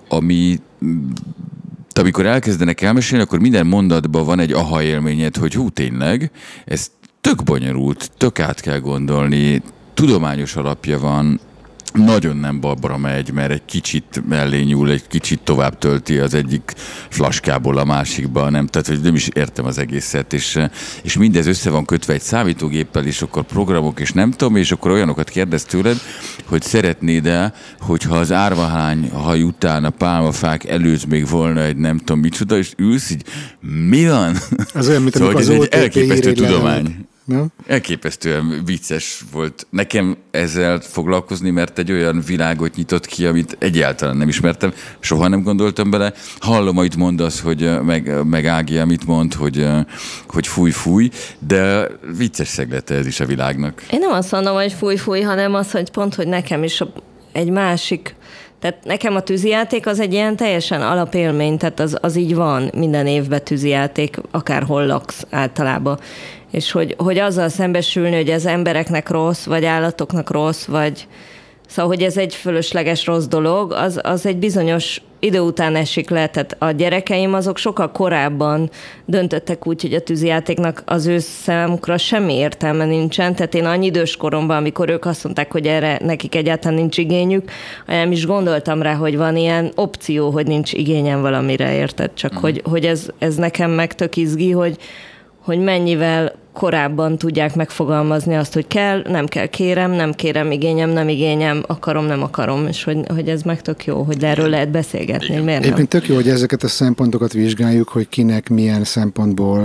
amikor elkezdenek elmesélni, akkor minden mondatban van egy aha élményed, hogy hú, tényleg, ez tök bonyolult, tök át kell gondolni, tudományos alapja van, nagyon nem balra megy, mert egy kicsit mellé nyúl, egy kicsit tovább tölti az egyik flaskából a másikba, nem, tehát hogy nem is értem az egészet, és mindez össze van kötve egy számítógéppel, és akkor programok, és nem tudom, és akkor olyanokat kérdez tőled, hogy szeretnéd-e, hogyha az árvahány haj után a pálmafák előtt még volna egy nem tudom micsoda, és ülsz így, mi van? Az olyan, mint szóval az ez egy OTP elképesztő tudomány. Levelet. No? Elképesztően vicces volt nekem ezzel foglalkozni, mert egy olyan világot nyitott ki, amit egyáltalán nem ismertem, soha nem gondoltam bele. Hallom, amit mondasz, hogy meg Ági, amit mond, hogy fúj, de vicces szeglete ez is a világnak. Én nem azt mondom, hogy fúj, hanem az, hogy pont, hogy nekem is egy másik. Tehát nekem a tűzijáték az egy ilyen teljesen alapélmény, tehát az így van, minden évben tűzijáték, akárhol laksz általában. És hogy azzal szembesülni, hogy ez embereknek rossz, vagy állatoknak rossz, vagy szóval, hogy ez egy fölösleges rossz dolog, az egy bizonyos idő után esik le. Tehát a gyerekeim azok sokkal korábban döntöttek úgy, hogy a tűzijátéknak az ő számukra semmi értelme nincsen. Tehát én annyi idős koromban, amikor ők azt mondták, hogy erre nekik egyáltalán nincs igényük, nem is gondoltam rá, hogy van ilyen opció, hogy nincs igényem valamire, érted? Csak hogy ez nekem meg tök izgi, hogy mennyivel korábban tudják megfogalmazni azt, hogy kell, nem kell, kérem, nem kérem, igényem, nem igényem, akarom, nem akarom, és hogy ez meg tök jó, hogy erről lehet beszélgetni, hogy miért nem. Éppen tök jó, hogy ezeket a szempontokat vizsgáljuk, hogy kinek milyen szempontból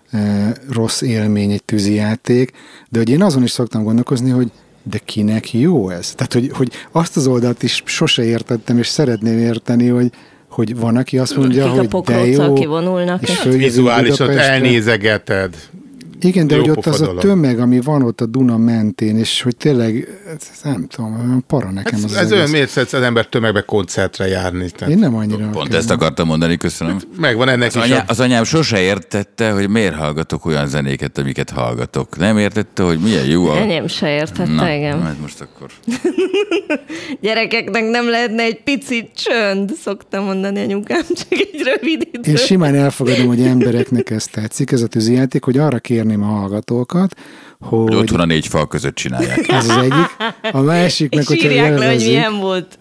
rossz élmény egy tűzijáték, de hogy én azon is szoktam gondolkozni, hogy de kinek jó ez? Tehát, hogy azt az oldalt is sose értettem, és szeretném érteni, hogy van, aki azt mondja, hogy de jó, és vizuálisan elnézegeted. Igen, de hogy ott az a tömeg, ami van ott a Duna mentén, és hogy tényleg, nem tudom, para nekem az. Ez olyan, miért szeretsz az ember tömegbe koncertre járni? Tehát. Én nem annyira. Pont ezt akartam mondani, köszönöm. Megvan ennek az anyám sose értette, hogy miért hallgatok olyan zenéket, amiket hallgatok. Nem értette, hogy milyen jó. Enyém se értette, igen. Na, most akkor. Gyerekeknek nem lehetne egy picit csönd, szoktam mondani anyukám, csak egy rövid idő. Én simán elfogadom, hogy embereknek ez tetszik, ez a tűzijáték, hogy arra kérném a hallgatókat, hogy otthon a 4 fal között csinálják. Ez az egyik. A másik meg, hogyha írják le, hogy milyen volt.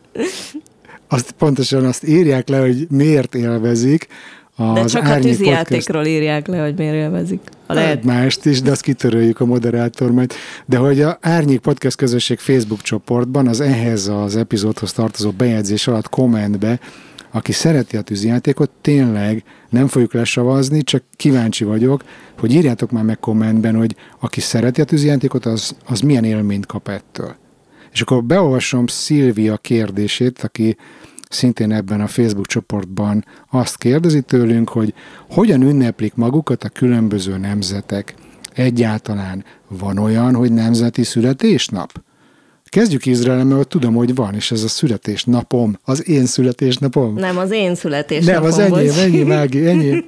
Pontosan azt írják le, hogy miért élvezik. De csak a tűzijátékról írják le, hogy miért élvezik. Lehet mást is, de azt kitöröljük a moderátor majd. De hogy a Árnyék Podcast közösség Facebook csoportban az ehhez az epizódhoz tartozó bejegyzés alatt kommentbe, aki szereti a tűzijátékot, tényleg nem fogjuk lesavazni, csak kíváncsi vagyok, hogy írjátok már meg kommentben, hogy aki szereti a tűzijátékot, az milyen élményt kap ettől. És akkor beolvasom Szilvia kérdését, aki szintén ebben a Facebook csoportban azt kérdezi tőlünk, hogy hogyan ünneplik magukat a különböző nemzetek. Egyáltalán van olyan, hogy nemzeti születésnap? Kezdjük Izrael, mert tudom, hogy van, és ez a születésnapom, az én születésnapom. Nem, az én születésnapom. Nem, az enyém, Ági, enyém.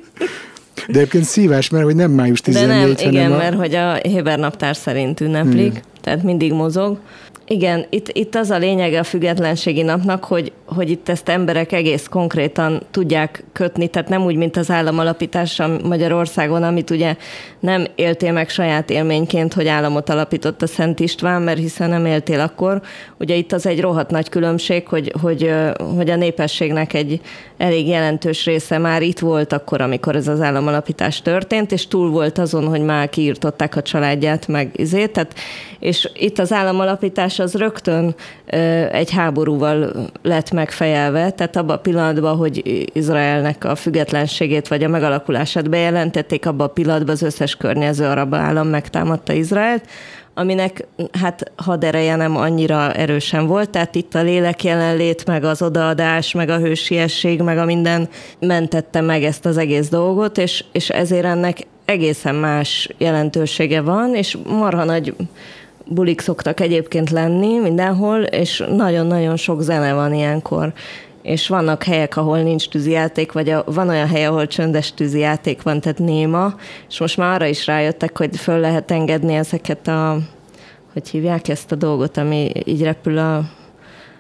De egyébként szívás, mert hogy nem május 14, de nem, igen, mert hogy a Héber naptár szerint ünneplik, tehát mindig mozog. Igen, itt az a lényege a függetlenségi napnak, hogy itt ezt emberek egész konkrétan tudják kötni, tehát nem úgy, mint az államalapítása Magyarországon, amit ugye nem éltél meg saját élményként, hogy államot alapított a Szent István, mert hiszen nem éltél akkor. Ugye itt az egy rohadt nagy különbség, hogy a népességnek egy elég jelentős része már itt volt akkor, amikor ez az államalapítás történt, és túl volt azon, hogy már kiirtották a családját, meg tehát, és itt az államalapítás az rögtön egy háborúval lett megfejelve, tehát abban a pillanatban, hogy Izraelnek a függetlenségét vagy a megalakulását bejelentették, abban a pillanatban az összes környező arab állam megtámadta Izraelt, aminek hát hadereje nem annyira erősen volt, tehát itt a lélek jelenlét, meg az odaadás, meg a hősiesség, meg a minden mentette meg ezt az egész dolgot, és ezért ennek egészen más jelentősége van, és marha nagy bulik szoktak egyébként lenni mindenhol, és nagyon-nagyon sok zene van ilyenkor. És vannak helyek, ahol nincs tűzijáték, vagy van olyan hely, ahol csöndes tűzijáték van, tehát néma, és most már arra is rájöttek, hogy föl lehet engedni ezeket hogy hívják ezt a dolgot, ami így repül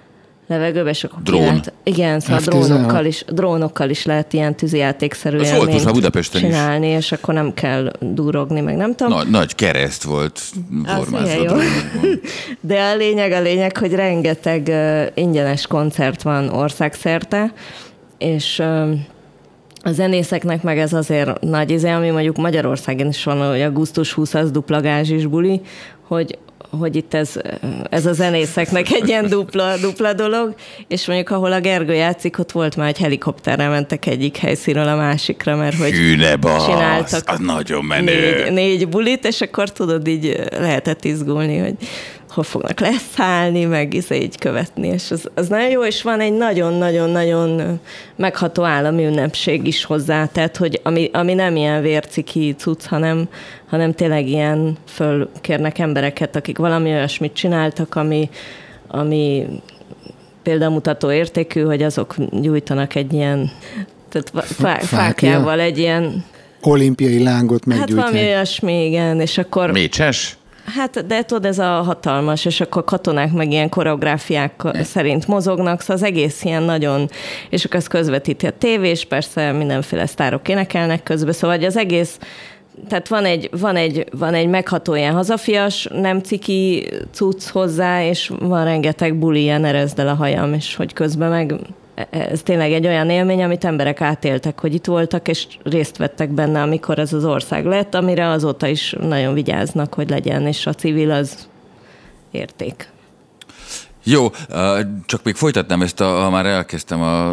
levegőbe, és akkor Drón. Igen, szóval drónokkal is lehet ilyen tűzijátékszerű élményt csinálni, és akkor nem kell durogni, meg nem tudom. Nagy kereszt volt formázva drónokban. De a lényeg, hogy rengeteg ingyenes koncert van országszerte, és a zenészeknek meg ez azért nagy ami mondjuk Magyarországon is van, hogy augusztus 20 az dupla gázsis buli, hogy itt ez a zenészeknek egy ilyen dupla dolog, és mondjuk ahol a Gergő játszik, ott volt már, hogy helikopterrel mentek egyik helyszínről a másikra, mert hogy csináltak az nagyon menő. Négy bulit, és akkor tudod, így lehetett izgulni, hogy hol fognak leszállni, meg így követni, és az nagyon jó, és van egy nagyon-nagyon-nagyon megható állami ünnepség is hozzá, tehát, hogy ami nem ilyen vérciki cucc, hanem tényleg ilyen fölkérnek embereket, akik valami olyasmit csináltak, ami példamutató értékű, hogy azok gyújtanak egy ilyen, tehát fákjával egy ilyen olimpiai lángot meggyújtják. Hát valami olyasmi, igen, és akkor... Mécses? Hát, de tudod, ez a hatalmas, és akkor katonák meg ilyen koreográfiák szerint mozognak, szóval az egész ilyen nagyon, és akkor ezt közvetíti a tévé, és persze mindenféle sztárok énekelnek közben, szóval az egész, tehát van egy megható ilyen hazafias, nem ciki cucc hozzá, és van rengeteg buli, ilyen erezd el a hajam, és hogy közben meg ez tényleg egy olyan élmény, amit emberek átéltek, hogy itt voltak, és részt vettek benne, amikor ez az ország lett, amire azóta is nagyon vigyáznak, hogy legyen, és a civil az érték. Jó, csak még folytatnám ezt, ha már elkezdtem az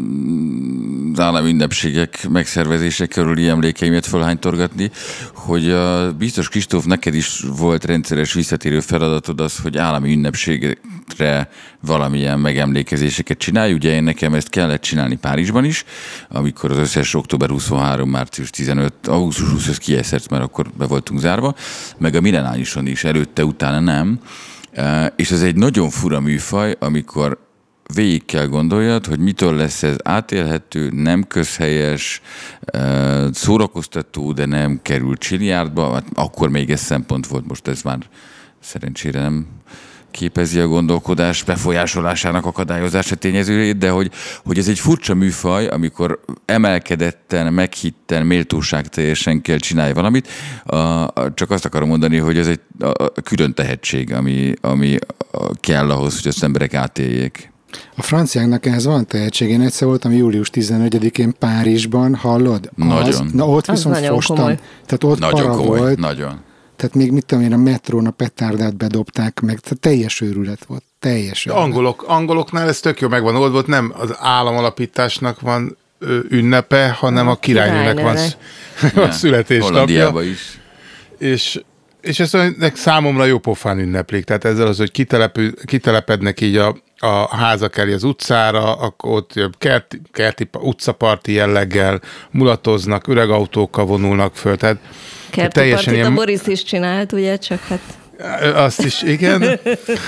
állami ünnepségek megszervezése körüli emlékeimet fölhánytorgatni, hogy biztos Kristóf, neked is volt rendszeres visszatérő feladatod az, hogy állami ünnepségekre valamilyen megemlékezéseket csinálj. Ugye én nekem ezt kellett csinálni Párizsban is, amikor az összes október 23, március 15, augusztus 20 az kieszert, mert akkor be voltunk zárva, meg a Millenniumson is, előtte, utána nem. És ez egy nagyon fura műfaj, amikor végig kell gondoljad, hogy mitől lesz ez átélhető, nem közhelyes, szórakoztató, de nem kerül csiliárdba. Hát akkor még ez szempont volt, most ez már szerencsére nem képezi a gondolkodás befolyásolásának akadályozása tényezőjét, de hogy ez egy furcsa műfaj, amikor emelkedetten, meghitten, méltóságteljesen kell csinálni valamit. Csak azt akarom mondani, hogy ez egy külön tehetség, ami kell ahhoz, hogy az emberek átéljék. A franciáknak ehhez van tehetség. Én egyszer voltam július 15-én Párizsban, hallod? Nagyon. Ott viszont fostam. Tehát ott nagyon para komoly, volt. nagyon. Tehát még mit tudom én, a metrón a petárdát bedobták meg, tehát teljes őrület volt, teljes őrület. Angoloknál ez tök jó megvan oldva, nem az államalapításnak van ünnepe, hanem a királynőnek van születésnapja. Hollandiában is. És ez számomra jó pofán ünneplik, tehát ezzel az, hogy kitelepednek így a házak elé az utcára, akkor ott kerti utcaparti jelleggel mulatoznak, öreg autókkal vonulnak föl, tehát kerti ilyen... a Boris is csinált, ugye, csak hát... Azt is, igen.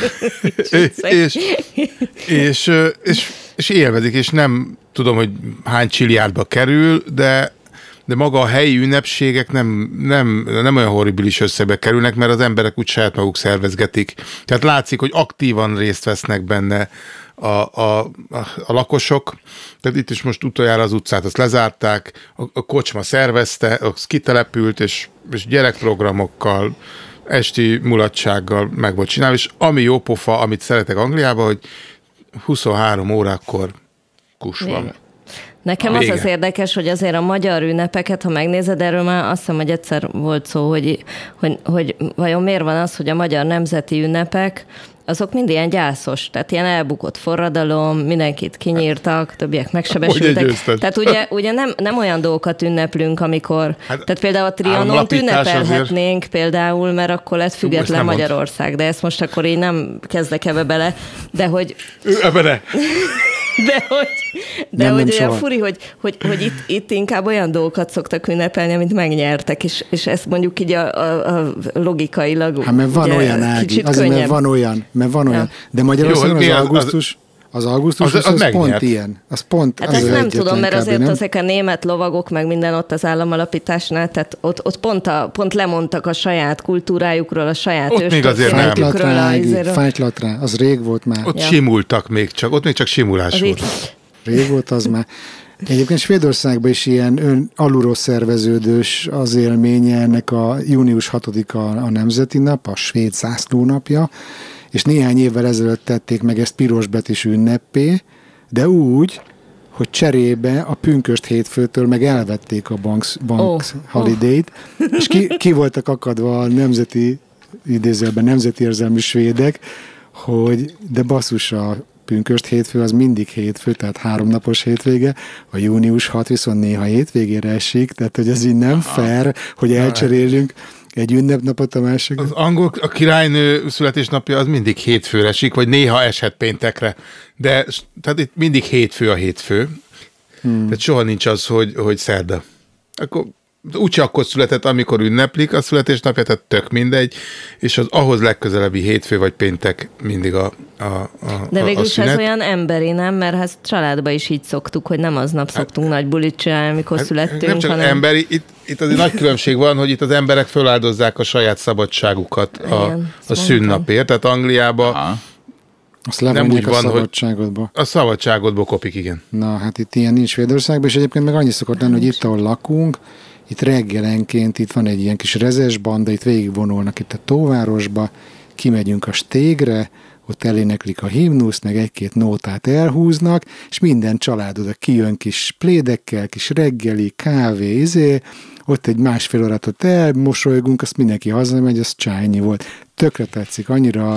és élvezik, és nem tudom, hogy hány csiliárdba kerül, de maga a helyi ünnepségek nem olyan horribilis összegbe kerülnek, mert az emberek úgy saját maguk szervezgetik. Tehát látszik, hogy aktívan részt vesznek benne a lakosok. Tehát itt is most utoljára az utcát azt lezárták, a kocsma szervezte, az kitelepült, és gyerekprogramokkal, esti mulatsággal meg volt csinálva, és ami jó pofa, amit szeretek Angliában, hogy 23 órakor kus van. Nekem az érdekes, hogy azért a magyar ünnepeket, ha megnézed, erről már azt hiszem, hogy egyszer volt szó, hogy vajon miért van az, hogy a magyar nemzeti ünnepek, azok mind ilyen gyászos, tehát ilyen elbukott forradalom, mindenkit kinyírtak, többiek megsebesültek. Tehát ugye nem olyan dolgokat ünneplünk, amikor, tehát például a Trianont ünnepelhetnénk például, mert akkor lett független Magyarország, de ezt most akkor én nem kezdek ebbe bele, de hogy... Ebbe De hogy olyan furi, hogy itt inkább olyan dolgokat szoktak ünnepelni, amit megnyertek, és ezt mondjuk így a logikailag mert van olyan, Ági, azért mert van olyan. De Magyarországon az Az augusztus az pont ilyen. Az pont hát ezt nem tudom, mert azért nem? Ezek a német lovagok, meg minden ott az államalapításnál, tehát ott pont lemondtak a saját kultúrájukról, a saját őstörténetükről. Fájtlatrá, az rég volt már. Ott simultak még csak, ott még csak simulás volt. Rég volt az már. Egyébként Svédországban is ilyen alulról szerveződős az élménye, ennek a június 6-a a Nemzeti Nap, a svéd zászlónapja, és néhány évvel ezelőtt tették meg ezt pirosbetűs ünneppé, de úgy, hogy cserébe a pünkösd hétfőtől meg elvették a bank holiday-t, és ki voltak akadva a idézőjelben nemzeti érzelmű svédek, hogy de basszus, a pünkösd hétfő az mindig hétfő, tehát 3 napos hétvége, a június 6 viszont néha hétvégére esik, tehát hogy ez így nem fair, hogy elcserélünk egy ünnepnapot a másik. Az angol, a királynő születésnapja az mindig hétfőre esik, vagy néha eshet péntekre, de tehát itt mindig hétfő a hétfő, tehát soha nincs az, hogy szerda. Akkor úgyse akkor született, amikor ünneplik a születésnapja, tehát tök mindegy, és az ahhoz legközelebbi hétfő vagy péntek mindig de végülis ez olyan emberi, nem? Mert hát családban is így szoktuk, hogy nem aznap szoktunk nagy bulit csinálni, amikor születtünk. Nem csak hanem... emberi, itt azért nagy különbség van, hogy itt az emberek föláldozzák a saját szabadságukat a szünnapért, tehát Angliában azt levonják a szabadságodba. A szabadságodból kopik, igen. Na, hát itt ilyen nincs Svédországban, és egyébként meg annyi szokott lenni, hogy itt, ahol lakunk, itt reggelenként itt van egy ilyen kis rezes banda, itt végigvonulnak itt a Tóvárosba, kimegyünk a stégre, ott eléneklik a himnuszt, meg egy-két nótát elhúznak, és minden család oda kijön kis plédekkel, kis reggeli, kávé, ott egy másfél órát ott elmosolygunk, azt mindenki hazamegy, az csányi volt. Tökre tetszik,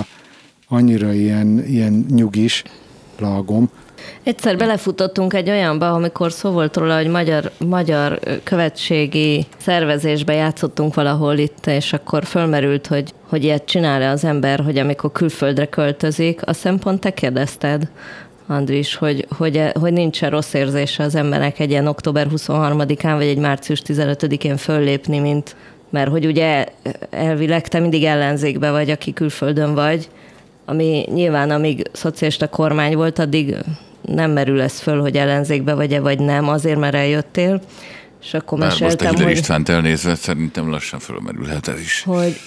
annyira ilyen nyugis lágom. Egyszer belefutottunk egy olyanba, amikor szó volt róla, hogy magyar követségi szervezésbe játszottunk valahol itt, és akkor fölmerült, hogy ilyet csinál-e az ember, hogy amikor külföldre költözik. Azt hiszem pont te kérdezted, Andris, hogy nincs-e rossz érzése az embernek egy ilyen október 23-án, vagy egy március 15-én föllépni, mert hogy ugye elvileg te mindig ellenzékbe vagy, aki külföldön vagy, ami nyilván amíg szocialista kormány volt, addig nem merül ez föl, hogy ellenzékbe vagy-e, vagy nem, azért, mert eljöttél. És akkor meséltem, most a Hiller Istvánt elnézve szerintem lassan fölmerülhet ez is.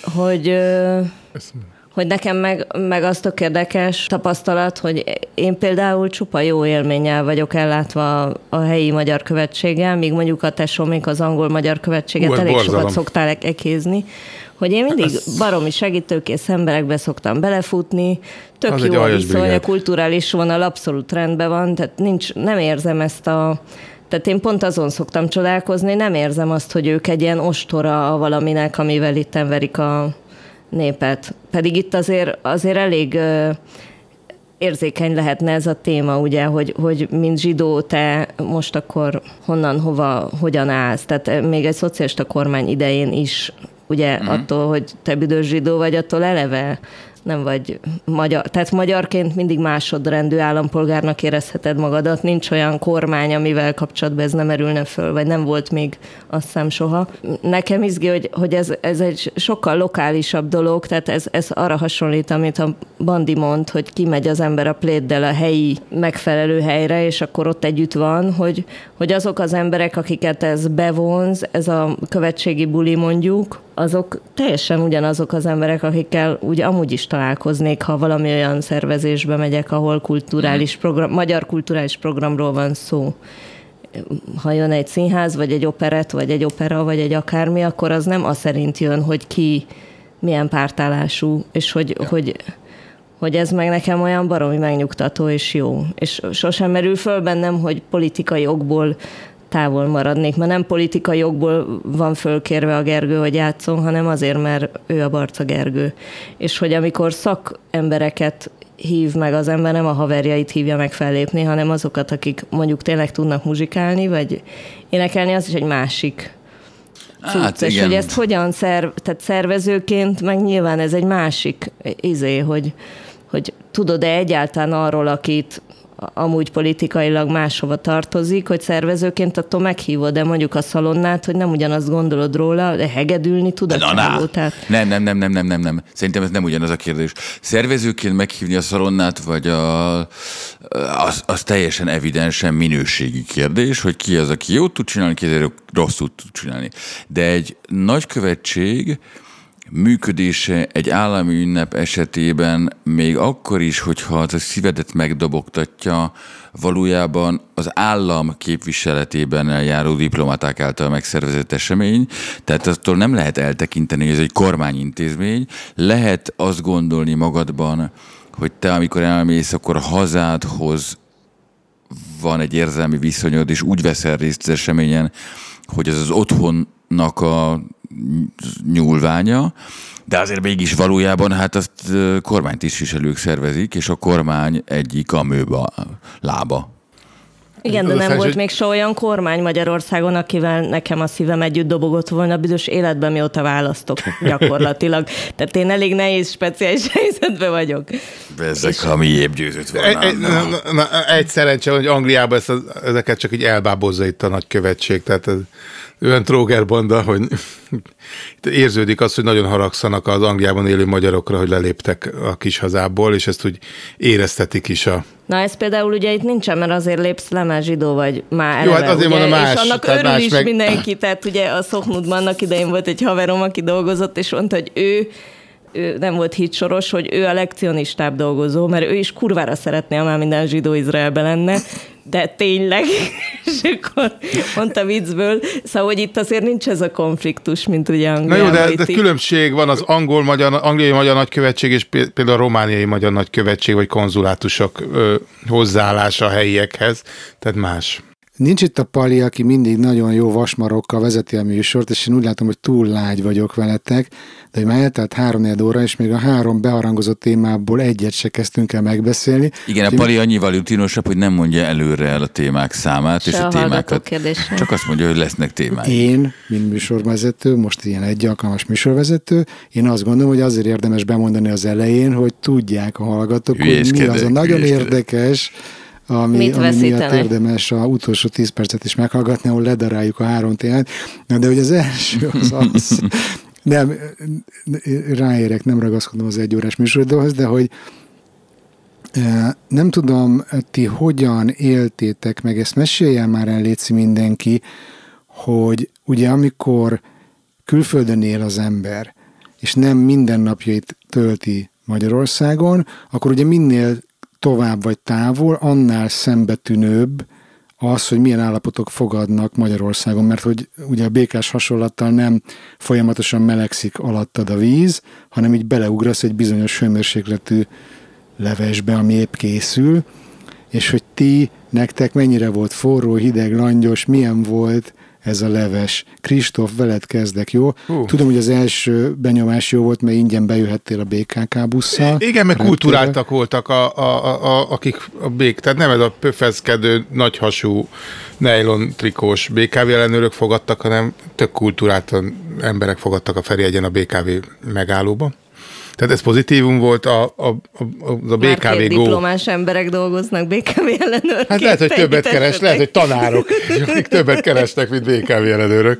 Hogy nekem meg az tök érdekes tapasztalat, hogy én például csupa jó élménnyel vagyok ellátva a helyi magyar követséggel, míg mondjuk a tesómék az angol magyar követséget elég sokat szoktál ekézni, hogy én mindig baromi segítőkész emberekbe szoktam belefutni, tök az jó a viszony, a kulturális vonal abszolút rendben van, tehát nem érzem ezt tehát én pont azon szoktam csodálkozni, nem érzem azt, hogy ők egy ilyen ostora valaminek, amivel itt verik a népet. Pedig itt azért elég érzékeny lehetne ez a téma, ugye, hogy mint zsidó te most akkor honnan, hova, hogyan állsz. Tehát még egy szocialista kormány idején is, ugye attól, hogy te büdös zsidó vagy, attól eleve nem vagy magyar. Tehát magyarként mindig másodrendű állampolgárnak érezheted magadat. Nincs olyan kormány, amivel kapcsolatban ez nem merülne föl, vagy nem volt még, azt hiszem, soha. Nekem izgi, hogy ez egy sokkal lokálisabb dolog, tehát ez arra hasonlít, amit a Bandi mond, hogy kimegy az ember a pléddel a helyi megfelelő helyre, és akkor ott együtt van, hogy azok az emberek, akiket ez bevonz, ez a követségi buli mondjuk, azok teljesen ugyanazok az emberek, akikkel ugye amúgy is találkoznék, ha valami olyan szervezésbe megyek, ahol magyar kulturális programról van szó. Ha jön egy színház, vagy egy operett, vagy egy opera, vagy egy akármi, akkor az nem az szerint jön, hogy ki milyen pártállású, és hogy ez meg nekem olyan baromi megnyugtató és jó. És sosem merül föl bennem, hogy politikai okból távol maradnék, mert nem politikai jogból van fölkérve a Gergő, hogy játszon, hanem azért, mert ő a Barca Gergő. És hogy amikor szakembereket hív meg az ember, nem a haverjait hívja meg fellépni, hanem azokat, akik mondjuk tényleg tudnak muzsikálni, vagy énekelni, az is egy másik cucc. Hát, és hogy ezt hogyan tehát szervezőként, meg nyilván ez egy másik hogy tudod-e egyáltalán arról, amúgy politikailag máshova tartozik, hogy szervezőként attól meghívod, de mondjuk a Szalonnát, hogy nem ugyanazt gondolod róla, de hegedülni tud a csávó. Tehát... Nem. Szerintem ez nem ugyanaz a kérdés. Szervezőként meghívni a Szalonnát, vagy az teljesen evidensen minőségi kérdés, hogy ki az, aki jót tud csinálni, ki az, rosszul tud csinálni. De egy nagykövetség működése egy állami ünnep esetében még akkor is, hogyha a szívedet megdobogtatja, valójában az állam képviseletében eljáró diplomaták által megszervezett esemény, tehát attól nem lehet eltekinteni, hogy ez egy kormányintézmény. Lehet azt gondolni magadban, hogy te, amikor elmész, akkor hazádhoz van egy érzelmi viszonyod, és úgy veszel részt az eseményen, hogy ez az otthonnak a nyúlványa, de azért mégis valójában hát azt kormánytisztviselők szervezik, és a kormány egyik amőba lába. Igen, de nem volt még soha olyan kormány Magyarországon, akivel nekem a szívem együtt dobogott volna bizonyos életben, mióta választok gyakorlatilag. Tehát én elég nehéz, speciális helyzetben vagyok. Ezek, ha miébb győzött volna. Egy szerencse, hogy Angliában ezeket csak így elbábozza itt a nagykövetség, tehát ez olyan trógerbanda, hogy érződik az, hogy nagyon haragszanak az Angliában élő magyarokra, hogy leléptek a kis hazából, és ezt úgy éreztetik is a... Na ez például ugye itt nincsen, mert azért lépsz le, már zsidó vagy már eleve. Jó, hát azért mondom más. És annak örül is mindenki, tehát ugye a Szoknudban annak idején volt egy haverom, aki dolgozott, és mondta, hogy ő nem volt hitsoros, hogy ő a lekcionistább dolgozó, mert ő is kurvára szeretné, ha már minden zsidó Izraelben lenne, de tényleg, és akkor mondta viccből, szóval, hogy itt azért nincs ez a konfliktus, mint ugye Angliában. Na jó, de különbség van az angliai magyar nagykövetség és például a romániai magyar nagykövetség, vagy konzulátusok hozzáállása a helyiekhez, tehát más. Nincs itt a Pali, aki mindig nagyon jó vasmarokkal vezeti a műsort, és én úgy látom, hogy túl lágy vagyok veletek, de hogy már eltelt 3-4 óra, és még a 3 beharangozott témából egyet se kezdtünk el megbeszélni. Igen, a Pali annyival rutinosabb, hogy nem mondja előre el a témák számát, se és a témákat. Csak azt mondja, hogy lesznek témák. Én, mint műsorvezető, most ilyen egy alkalmas műsorvezető, én azt gondolom, hogy azért érdemes bemondani az elején, hogy tudják a hallgatók, hogy mi az a nagyon érdekes, ami miatt érdemes a utolsó 10 percet is meghallgatni, ahol ledaráljuk a 3 témát. De hogy az első az nem, ráérek, nem ragaszkodom az 1 órás műsoridőhöz, de hogy nem tudom, ti hogyan éltétek meg, ezt meséljen már el, létszi mindenki, hogy ugye amikor külföldön él az ember, és nem mindennapjait tölti Magyarországon, akkor ugye minél tovább vagy távol, annál szembetűnőbb az, hogy milyen állapotok fogadnak Magyarországon, mert hogy ugye a békás hasonlattal nem folyamatosan melegszik alattad a víz, hanem így beleugrasz egy bizonyos hőmérsékletű levesbe, ami épp készül, és hogy nektek mennyire volt forró, hideg, langyos, milyen volt ez a leves. Kristóf, veled kezdek, jó? Tudom, hogy az első benyomás jó volt, mert ingyen bejöhettél a BKK busszal. Igen, meg kulturáltak voltak akik tehát nem ez a pöfeszkedő, nagyhasú, nejlon trikós BKV ellenőrök fogadtak, hanem tök kulturáltan emberek fogadtak a Ferihegyen a BKV megállóba. Tehát ez pozitívum volt, a BKV Már Go. diplomás emberek dolgoznak BKV ellenőrként. Hát lehet, hogy többet keres, lehet, hogy tanárok, akik többet keresnek, mint BKV ellenőrök.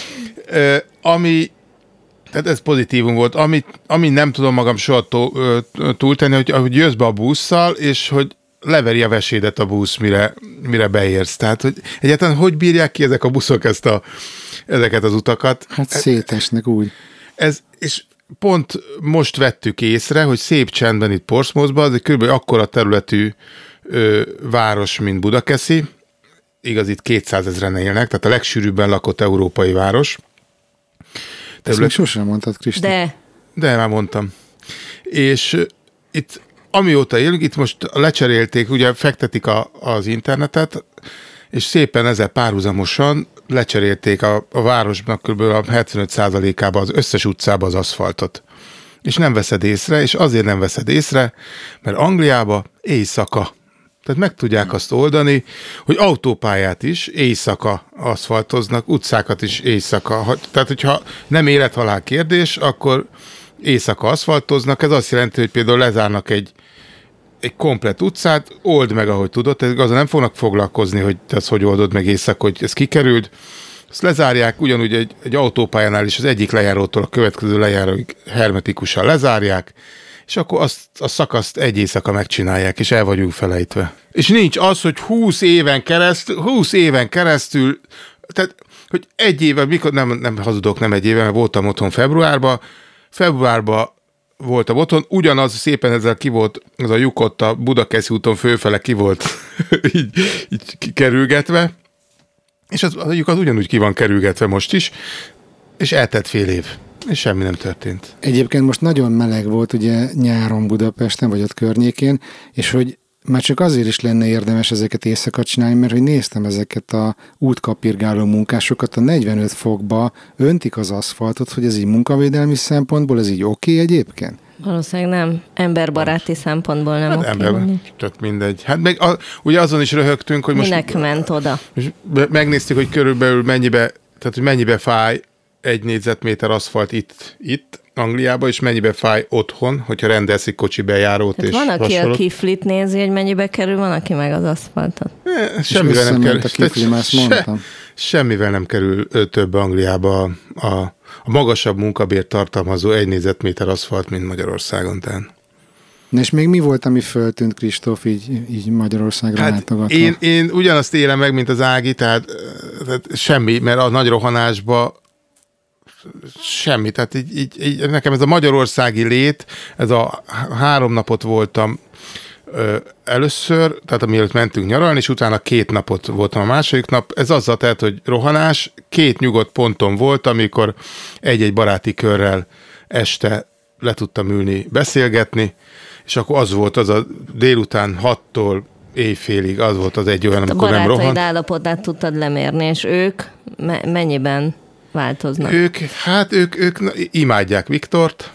Tehát ez pozitívum volt. Ami nem tudom magam soha túltenni, hogy jössz be a busszal, és hogy leveri a vesédet a busz, mire beérsz. Tehát, hogy egyáltalán hogy bírják ki ezek a buszok ezeket az utakat? Hát szétesnek úgy. És pont most vettük észre, hogy szép csendben itt Portsmouthban, az egy kb. Akkora területű város, mint Budakeszi. Igaz, itt 200 000-en élnek, tehát a legsűrűbben lakott európai város. Ezt még sosem mondtad, Krisztina. De már mondtam. És itt amióta élünk, itt most lecserélték, ugye fektetik az internetet, és szépen ezzel párhuzamosan lecserélték a városnak kb. A 75%-ába az összes utcába az aszfaltot. És nem veszed észre, és azért nem veszed észre, mert Angliába éjszaka. Tehát meg tudják azt oldani, hogy autópályát is éjszaka aszfaltoznak, utcákat is éjszaka. Tehát, hogyha nem élethalál kérdés, akkor éjszaka aszfaltoznak. Ez azt jelenti, hogy például lezárnak egy komplett utcát, old meg, ahogy tudod, azzal nem fognak foglalkozni, hogy te ezt hogy oldod meg éjszaka, hogy ez kikerült. Ezt lezárják, ugyanúgy egy autópályánál is az egyik lejárótól a következő lejáróig hermetikusan lezárják, és akkor azt a szakaszt egy éjszaka megcsinálják, és el vagyunk felejtve. És nincs az, hogy 20 éven keresztül, tehát, hogy egy éve, mikor, nem hazudok, nem egy éve, mert voltam otthon februárban voltam otthon, ugyanaz szépen ezzel ki volt, az a lyuk ott a Budakeszi úton fölfele ki volt így kerülgetve, és az lyuk az ugyanúgy ki van kerülgetve most is, és eltett fél év, és semmi nem történt. Egyébként most nagyon meleg volt ugye nyáron Budapesten, vagy ott környékén, és hogy már csak azért is lenne érdemes ezeket éjszaka csinálni, mert hogy néztem ezeket a útkapirgáló munkásokat, a 45 fokba öntik az aszfaltot, hogy ez így munkavédelmi szempontból, ez így oké egyébként? Valószínűleg nem. Emberbaráti szempontból nem oké. Tök mindegy. Hát meg ugye azon is röhögtünk, hogy minek ment oda? Megnéztük, hogy körülbelül mennyibe fáj egy négyzetméter aszfalt itt Angliában, és mennyibe fáj otthon, hogyha rendelsz egy kocsi bejárót. Hát és van, aki a kiflit nézi, hogy mennyibe kerül, van, aki meg az aszfaltot. Semmivel nem kerül. Semmivel nem kerül több Angliába a magasabb munkabért tartalmazó egy négyzetméter aszfalt, mint Magyarországon. Na és még mi volt, ami föltűnt, Kristóf, így Magyarországra látogatva? Én ugyanazt élem meg, mint az Ági, tehát semmi, mert a nagy rohanásba semmi. Tehát így nekem ez a magyarországi lét, ez a 3 napot voltam először, tehát amielőtt mentünk nyaralni, és utána 2 napot voltam a második nap. Ez azzal telt, hogy rohanás, 2 nyugodt ponton volt, amikor egy-egy baráti körrel este le tudtam ülni, beszélgetni, és akkor az volt az a délután 6-tól éjfélig, az volt az egy olyan, amikor nem rohant. A barátaid állapotát tudtad lemérni, és ők mennyiben változnak? Ők imádják Viktort.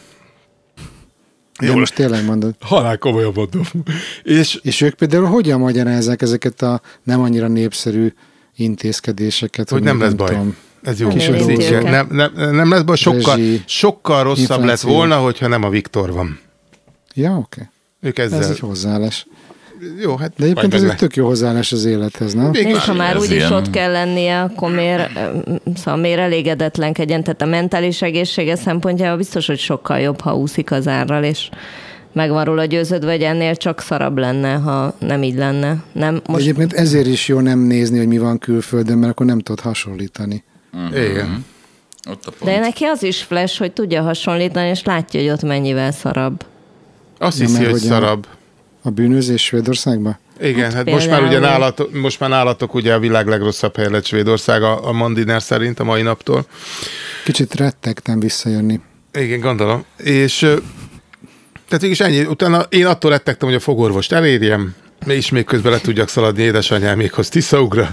De most tényleg mondod. Halál komolyan mondom. És ők például hogyan magyarázzák ezeket a nem annyira népszerű intézkedéseket? Hogy nem lesz baj. Tudom. Ez jó. Nem lesz baj, sokkal rosszabb lett volna, hogyha nem a Viktor van. Ja, oké. Ők ezzel... Ez egy hozzáállás. Jó, hát de egyébként ez egy tök jó hozzáállás az élethez, nem? És ha már úgyis ott kell lennie, akkor miért elégedetlenkedjen? Tehát a mentális egészsége szempontjából biztos, hogy sokkal jobb, ha úszik az árral, és megvan róla győződve, hogy ennél csak szarabb lenne, ha nem így lenne. Nem, most... Egyébként ezért is jó nem nézni, hogy mi van külföldön, mert akkor nem tudod hasonlítani. Igen. De neki az is flash, hogy tudja hasonlítani, és látja, hogy ott mennyivel szarabb. Azt hiszi, hogy szarabb. A bűnözés Svédországban? Igen, hát most már nálatok ugye a világ legrosszabb helye lett Svédország a Mandiner szerint a mai naptól. Kicsit rettegtem visszajönni. Igen, gondolom. És tehát mégis ennyi. Utána én attól rettegtem, hogy a fogorvost elérjem, és még közben le tudjak szaladni édesanyámékhoz Tiszaugra.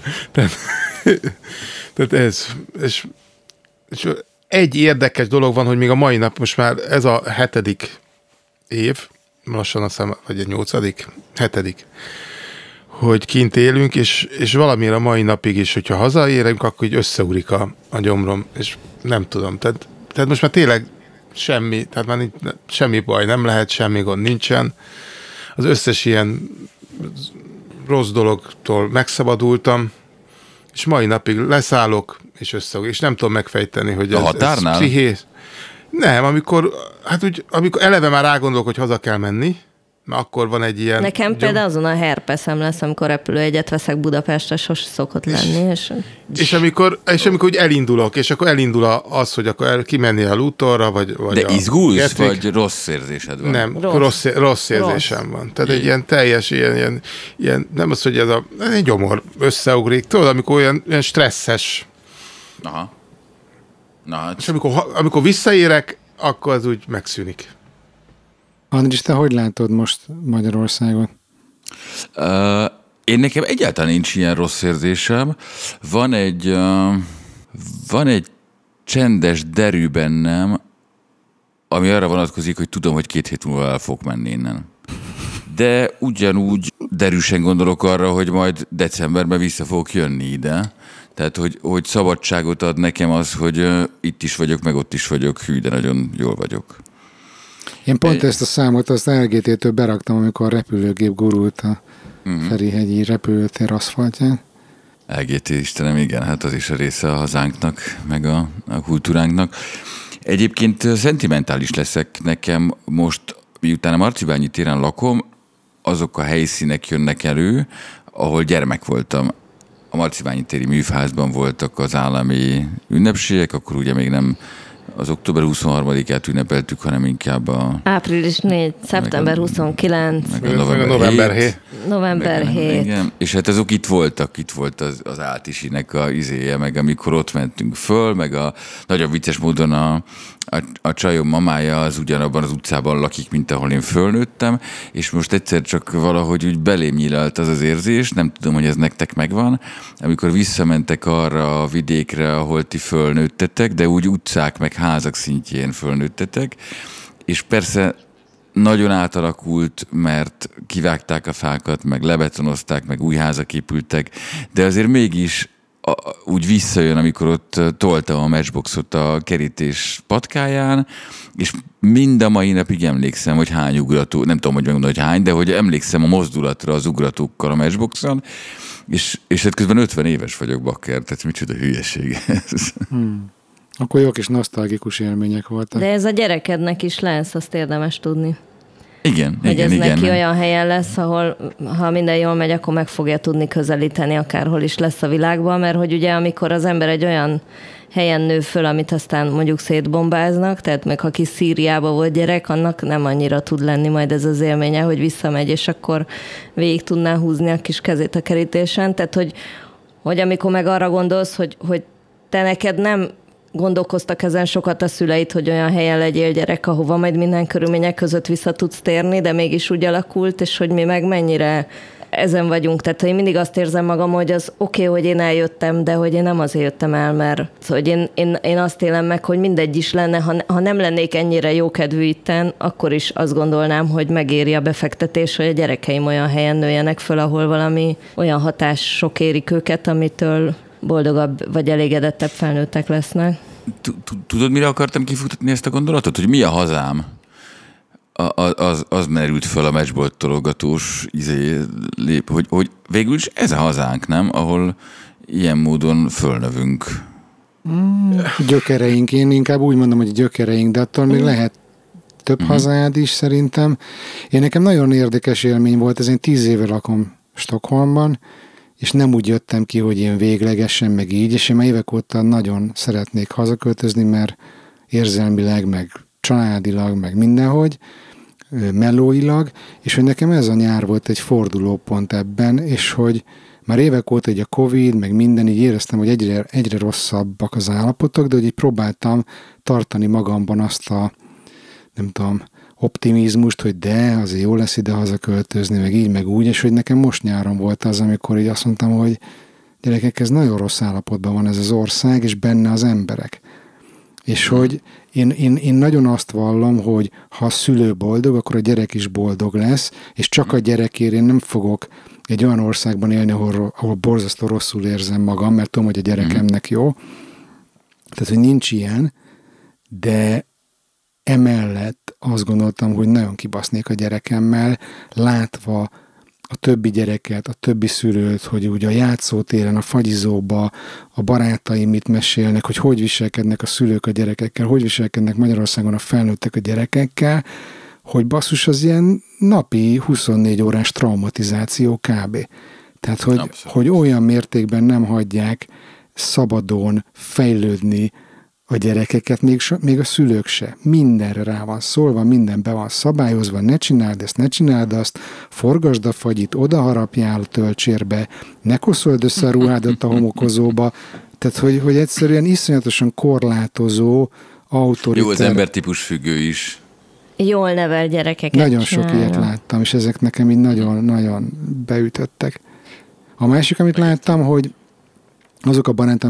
Tehát ez. És egy érdekes dolog van, hogy még a mai nap, most már ez a 7. év, lassan azt hiszem, vagy a 8., 7., hogy kint élünk, és valamire a mai napig is, hogyha hazaérünk, akkor így összeugrik a gyomrom, és nem tudom. Tehát most már tényleg semmi, tehát már semmi baj nem lehet, semmi gond nincsen. Az összes ilyen rossz dologtól megszabadultam, és mai napig leszállok, és összeugrik, és nem tudom megfejteni, hogy a határnál? Ez pszichés. Nem, amikor eleve már rágondolok, hogy haza kell menni, mert akkor van egy ilyen... Nekem például azon a herpeszem lesz, amikor repülőjegyet veszek Budapestre, sose szokott lenni. És amikor úgy elindulok, és akkor elindul az, hogy akkor kimenni a útorra, vagy de izgulsz, vagy rossz érzésed van? Nem, rossz érzésem van. Tehát egy ilyen teljes, ilyen, nem az, hogy ez egy gyomor összeugrik. Tudod, amikor olyan stresszes. Aha. Na, hát. És amikor visszaérek, akkor az úgy megszűnik. Andris, te hogy látod most Magyarországon? Én nekem egyáltalán nincs ilyen rossz érzésem. Van egy csendes derű bennem, ami arra vonatkozik, hogy tudom, hogy 2 hét múlva el fogok menni innen. De ugyanúgy derűsen gondolok arra, hogy majd decemberben vissza fogok jönni ide. Tehát, hogy szabadságot ad nekem az, hogy itt is vagyok, meg ott is vagyok, hű, de nagyon jól vagyok. Én pont ezt a számot azt LGT-től beraktam, amikor a repülőgép gurult a Ferihegyi repülőtér aszfaltján. LGT, Istenem, igen, hát az is a része a hazánknak, meg a kultúránknak. Egyébként szentimentális leszek nekem most, miután a Marcibányi téren lakom, azok a helyszínek jönnek elő, ahol gyermek voltam. A Marcibányi téri műfázban voltak az állami ünnepségek, akkor ugye még nem az október 23-át ünnepeltük, hanem inkább a... Április 4, szeptember 29, meg a november 7. November 7. Igen. És hát azok itt voltak, itt volt az Átisinek a izéje, meg amikor ott mentünk föl, meg a nagyon vicces módon a csajom mamája az ugyanabban az utcában lakik, mint ahol én fölnőttem, és most egyszer csak valahogy úgy belém nyílalt az érzés, nem tudom, hogy ez nektek megvan, amikor visszamentek arra a vidékre, ahol ti fölnőttetek, de úgy utcák meg házak szintjén fölnőttetek, és persze nagyon átalakult, mert kivágták a fákat, meg lebetonozták, meg új házak épültek, de azért mégis úgy visszajön, amikor ott toltam a Matchboxot a kerítés patkáján, és mind a mai napig emlékszem, hogy hány ugrató, nem tudom, hogy megmondani, hogy hány, de hogy emlékszem a mozdulatra az ugratókkal a Matchboxon, és hát közben 50 éves vagyok, bakker, tehát micsoda hülyeség ez. Akkor jó kis nosztalgikus élmények voltak. De ez a gyerekednek is lesz, azt érdemes tudni. Igen, hogy igen, ez igen. neki olyan helyen lesz, ahol ha minden jól megy, akkor meg fogja tudni közelíteni, akárhol is lesz a világban, mert hogy ugye amikor az ember egy olyan helyen nő föl, amit aztán mondjuk szétbombáznak, tehát meg ha ki Szíriába volt gyerek, annak nem annyira tud lenni majd ez az élménye, hogy visszamegy, és akkor végig tudná húzni a kis kezét a kerítésen. Tehát, hogy amikor meg arra gondolsz, hogy te neked nem gondolkoztak ezen sokat a szüleid, hogy olyan helyen legyél gyerek, ahova majd minden körülmények között vissza tudsz térni, de mégis úgy alakult, és hogy mi meg mennyire ezen vagyunk. Tehát én mindig azt érzem magam, hogy az oké, hogy én eljöttem, de hogy én nem azért jöttem el, mert hogy én azt élem meg, hogy mindegy is lenne, ha nem lennék ennyire jókedvű itten, akkor is azt gondolnám, hogy megéri a befektetés, hogy a gyerekeim olyan helyen nőjenek föl, ahol valami olyan hatások érik őket, amitől boldogabb vagy elégedettebb felnőttek lesznek. Tudod, mire akartam kifutatni ezt a gondolatot? Hogy mi a hazám? Az merült föl a matchball-tologatós hogy végül is ez a hazánk, nem? Ahol ilyen módon fölnövünk. Gyökereink. Én inkább úgy mondom, hogy gyökereink, de attól még lehet több hazád is szerintem. Nekem nagyon érdekes élmény volt, én 10 éve lakom Stockholmban, és nem úgy jöttem ki, hogy én véglegesen, meg így, és én már évek óta nagyon szeretnék hazaköltözni, mert érzelmileg, meg családilag, meg mindenhogy, melóilag, és hogy nekem ez a nyár volt egy fordulópont ebben, és hogy már évek óta egy a Covid, meg minden, így éreztem, hogy egyre rosszabbak az állapotok, de hogy így próbáltam tartani magamban azt a, nem tudom, optimizmust, hogy de, azért jó lesz ide hazaköltözni, meg így, meg úgy, és hogy nekem most nyáron volt az, amikor így azt mondtam, hogy gyerekek, ez nagyon rossz állapotban van ez az ország, és benne az emberek. És hogy én nagyon azt vallom, hogy ha a szülő boldog, akkor a gyerek is boldog lesz, és csak a gyerekért én nem fogok egy olyan országban élni, ahol borzasztó rosszul érzem magam, mert tudom, hogy a gyerekemnek jó. Tehát, hogy nincs ilyen, de emellett azt gondoltam, hogy nagyon kibasznék a gyerekemmel, látva a többi gyereket, a többi szülőt, hogy ugye a játszótéren, a fagyizóba a barátaim mit mesélnek, hogy viselkednek a szülők a gyerekekkel, hogy viselkednek Magyarországon a felnőttek a gyerekekkel, hogy basszus, az ilyen napi 24 órás traumatizáció kb. Tehát, hogy olyan mértékben nem hagyják szabadon fejlődni a gyerekeket, még a szülők se. Mindenre rá van szólva, minden be van szabályozva, ne csináld ezt, ne csináld azt, forgasd a fagyit, oda harapjál a tölcsérbe, ne koszold össze a ruhádat a homokozóba. Tehát, hogy egyszerűen iszonyatosan korlátozó, autoriter. Jó, az embertípus függő is. Jól nevel gyerekeket. Nagyon sok ilyet láttam, és ezek nekem így nagyon-nagyon beütöttek. A másik, amit láttam, hogy azok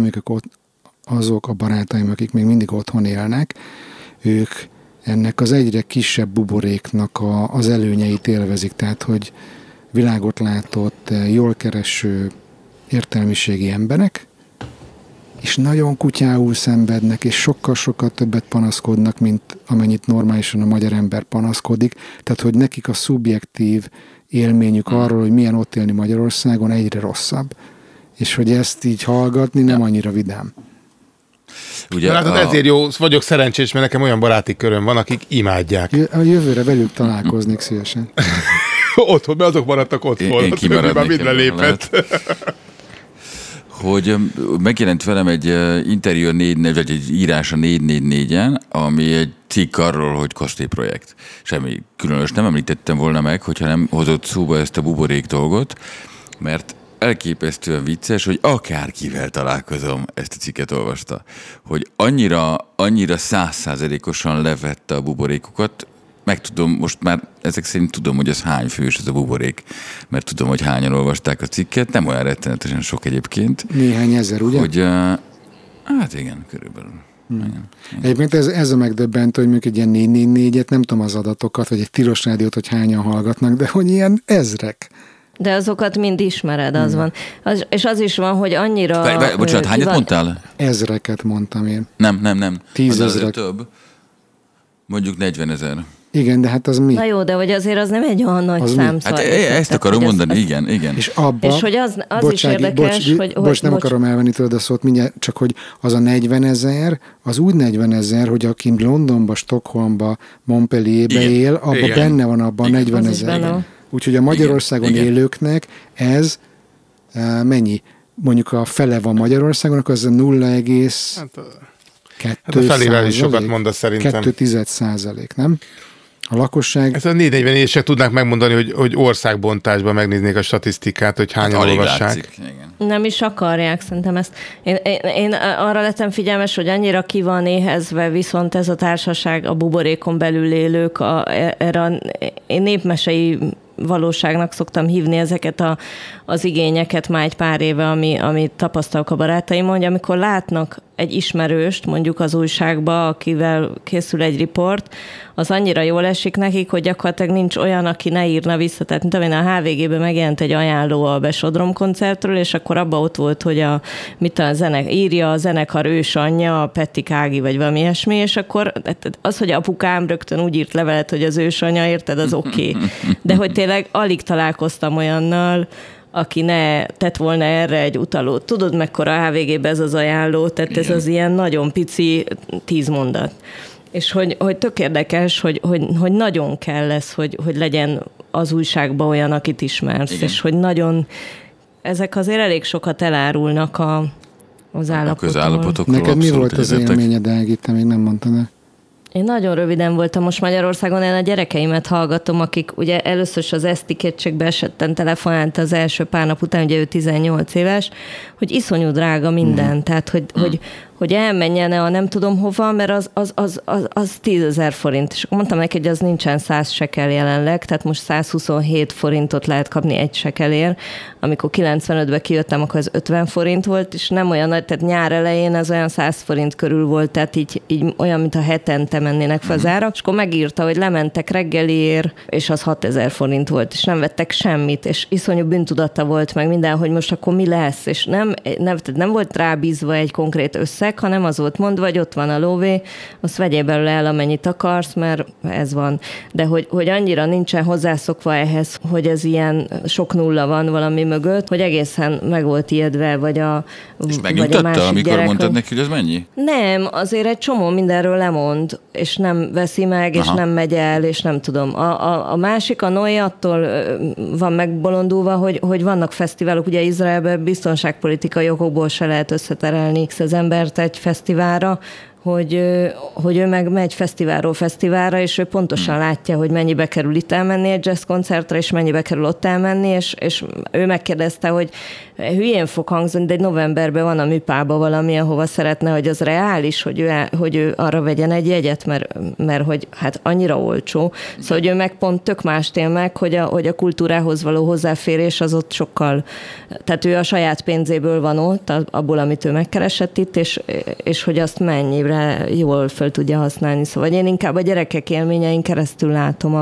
a barátaim, akik még mindig otthon élnek, ők ennek az egyre kisebb buboréknak az előnyeit élvezik, tehát, hogy világot látott, jól kereső értelmiségi emberek, és nagyon kutyául szenvednek, és sokkal-sokkal többet panaszkodnak, mint amennyit normálisan a magyar ember panaszkodik. Tehát, hogy nekik a szubjektív élményük arról, hogy milyen ott élni Magyarországon, egyre rosszabb. És hogy ezt így hallgatni nem annyira vidám. Ugye ezért vagyok szerencsés, mert nekem olyan baráti köröm van, akik imádják. A jövőre velük találkoznék szívesen. Otthon, mert azok maradtak otthon. Én már mindre lépett. Hogy megjelent velem egy interjú vagy egy írás a 444-en, ami egy cikk arról, hogy kastélyprojekt. Semmi különös nem említettem volna meg, hogyha nem hozott szóba ezt a buborék dolgot, mert elképesztően vicces, hogy akárkivel találkozom, ezt a cikket olvasta, hogy annyira 100%-osan levette a buborékokat, megtudom, most már ezek szerint tudom, hogy ez hány fős ez a buborék, mert tudom, hogy hányan olvasták a cikket, nem olyan rettenetesen sok egyébként. Néhány ezer, ugye? Hogy, hát igen, körülbelül. Igen. Egyébként ez a megdöbbentő, hogy mondjuk egy ilyen 444-et, nem tudom az adatokat, vagy egy tilos rádiót, hogy hányan hallgatnak, de hogy ilyen ezrek. De azokat mind ismered, az van. És az is van, hogy annyira... Bocsánat, hányat mondtál? Ezreket mondtam én. Nem. 10 000. Több. Mondjuk 40 000. Igen, de hát az mi? Na jó, de hogy azért az nem egy olyan nagy szám. Hát ezt akarom mondani, igen. És abba... És hogy az is érdekes, hogy... nem akarom elvenni tőled a szót mindjárt, csak hogy az a 40 000, az úgy 40 000, hogy aki Londonba, Stockholmba, Montpellierbe él, abban benne van abban 40 000. Úgyhogy a Magyarországon élőknek ez mennyi? Mondjuk a fele van Magyarországon, akkor az a 0,2%. Hát a felével is sokat mondasz szerintem. 2,1%, nem? A lakosság... Ezt a 444 se tudnák megmondani, hogy országbontásban megnéznék a statisztikát, hogy hányan olvassák. Nem is akarják szerintem ezt. Én arra lettem figyelmes, hogy annyira ki van éhezve, viszont ez a társaság, a buborékon belül élők, én népmesei valóságnak szoktam hívni ezeket az igényeket már egy pár éve, amit tapasztalok a barátaim, hogy amikor látnak egy ismerőst, mondjuk az újságba, akivel készül egy riport, az annyira jól esik nekik, hogy gyakorlatilag nincs olyan, aki ne írna vissza. Tehát mint amint a HVG-ben megjelent egy ajánló a Besodrom koncertről, és akkor abban ott volt, hogy írja a zenekar ősanyja, a Peti Kági, vagy valami ilyesmi, és akkor az, hogy apukám rögtön úgy írt levelet, hogy az ősanyja, érted, az oké. De hogy tényleg alig találkoztam olyannal, aki ne tett volna erre egy utalót. Tudod, mekkora a HVG-ben ez az ajánló, tehát ez az ilyen nagyon pici 10 mondat. És hogy tök érdekes, hogy nagyon kell lesz, hogy legyen az újságban olyan, akit ismersz, igen. És hogy nagyon, ezek azért elég sokat elárulnak az közállapotokról. Neked mi volt az élményed, Ági, te még nem mondtad el? Én nagyon röviden voltam most Magyarországon, én a gyerekeimet hallgatom, akik ugye először is az esztikétségbe esetten telefonált az első pár nap után, ugye ő 18 éves, hogy iszonyú drága minden, tehát hogy elmenjen a nem tudom hova, mert az 10 000 forint. És akkor mondtam neki, hogy az nincsen 100 sekel jelenleg, tehát most 127 forintot lehet kapni egy sekelért. Amikor 95-ben kijöttem, akkor az 50 forint volt, és nem olyan nagy, tehát nyár elején ez olyan 100 forint körül volt, tehát így olyan, mint a hetente mennének fel az árak. És akkor megírta, hogy lementek reggeliért, és az 6000 forint volt, és nem vettek semmit, és iszonyú bűntudata volt meg minden, hogy most akkor mi lesz, és nem volt rábízva egy konkrét összeg, hanem az volt mondva, hogy ott van a lóvé, azt vegyél belőle el, amennyit akarsz, mert ez van. De hogy annyira nincsen hozzászokva ehhez, hogy ez ilyen sok nulla van valami mögött, hogy egészen meg volt ijedve, vagy a és megnyugtatta, amikor gyerek, mondtad neki, hogy ez mennyi? Nem, azért egy csomó mindenről lemond, és nem veszi meg, és nem megy el, és nem tudom. A másik, a Noé attól van megbolondulva, hogy vannak fesztiválok, ugye Izraelben biztonságpolitikai okokból se lehet összeterelni az embert egy fesztiválra, hogy ő meg megy fesztiválról fesztiválra, és ő pontosan látja, hogy mennyibe kerül itt elmenni egy jazz koncertre, és mennyibe kerül ott elmenni, és ő megkérdezte, hogy hülyén fog hangzani, de egy novemberben van a műpában valami, ahova szeretne, hogy az reális, hogy ő arra vegyen egy jegyet, mert hogy hát annyira olcsó. Szóval, hogy ő meg pont tök mást él meg, hogy a kultúrához való hozzáférés az ott sokkal, tehát ő a saját pénzéből van ott, abból, amit ő megkeresett itt, és hogy azt mennyire jól föl tudja használni. Szóval én inkább a gyerekek élményein keresztül látom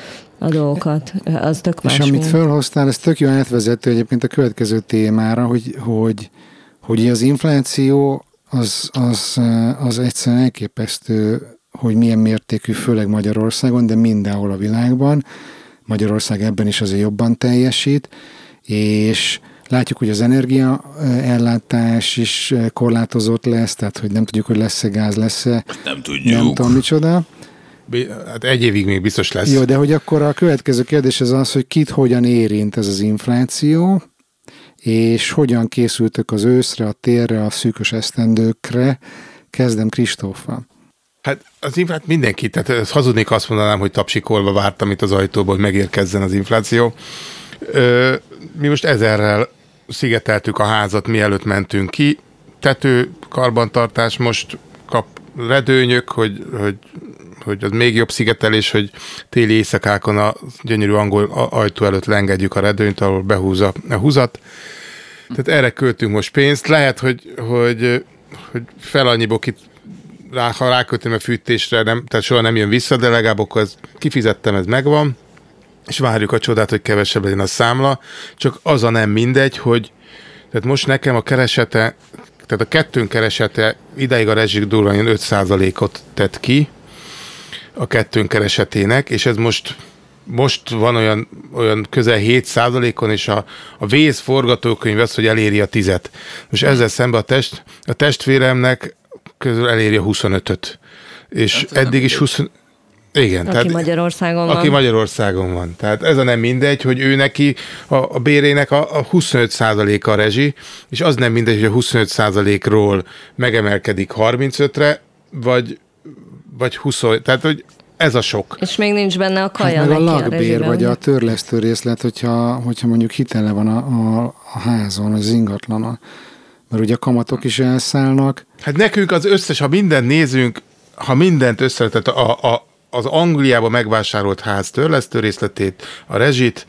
a dolgokat. Az tök más. És amit fölhoztál, ez tök jó átvezető egyébként a következő témára, hogy az infláció az egyszerűen elképesztő, hogy milyen mértékű, főleg Magyarországon, de mindenhol a világban. Magyarország ebben is azért jobban teljesít, és látjuk, hogy az energiaellátás is korlátozott lesz, tehát hogy nem tudjuk, hogy lesz-e gáz, lesz-e. Nem tudjuk. Nem tudom micsoda. Hát 1 évig még biztos lesz. Jó, de hogy akkor a következő kérdés az, hogy kit hogyan érint ez az infláció, és hogyan készültök az őszre, a térre, a szűkös esztendőkre. Kezdem Kristóffal. Hát az infláció mindenki, tehát hazudnék, azt mondanám, hogy tapsikolva vártam itt az ajtóból, hogy megérkezzen az infláció. Mi most 1000-rel szigeteltük a házat, mielőtt mentünk ki. Tető, karbantartás, most kap redőnyök, hogy az még jobb szigetelés, hogy téli éjszakákon a gyönyörű angol ajtó előtt leengedjük a redőnyt, ahol behúz a húzat. Tehát erre költünk most pénzt. Lehet, hogy fel annyiból ha ráköltöm a fűtésre, tehát soha nem jön vissza, de legalább akkor kifizettem, ez megvan, és várjuk a csodát, hogy kevesebb legyen a számla. Csak az a nem mindegy, hogy tehát most nekem a keresete, tehát a kettőnk keresete idáig a rezsik durván 5%-ot tett ki a kettőnk keresetének, és ez most van olyan közel 7%-on, és a vész forgatókönyv az, hogy eléri a 10-et. Most ezzel szemben a testvéremnek közül eléri a 25-öt. És hát eddig is 20... Igen. Aki Magyarországon van. Aki Magyarországon van. Tehát ez a nem mindegy, hogy ő neki a bérének a 25%-a a rezsi, és az nem mindegy, hogy a 25%-ról megemelkedik 35-re, vagy 20, tehát hogy ez a sok. És még nincs benne a kaja hát neki a lakbér, vagy a törlesztő részlet, hogyha mondjuk hitele van a házon, az ingatlanon. Mert ugye a kamatok is elszállnak. Hát nekünk az összes, ha mindent nézünk, ha mindent tehát az Angliában megvásárolt ház törlesztő részletét, a rezsit,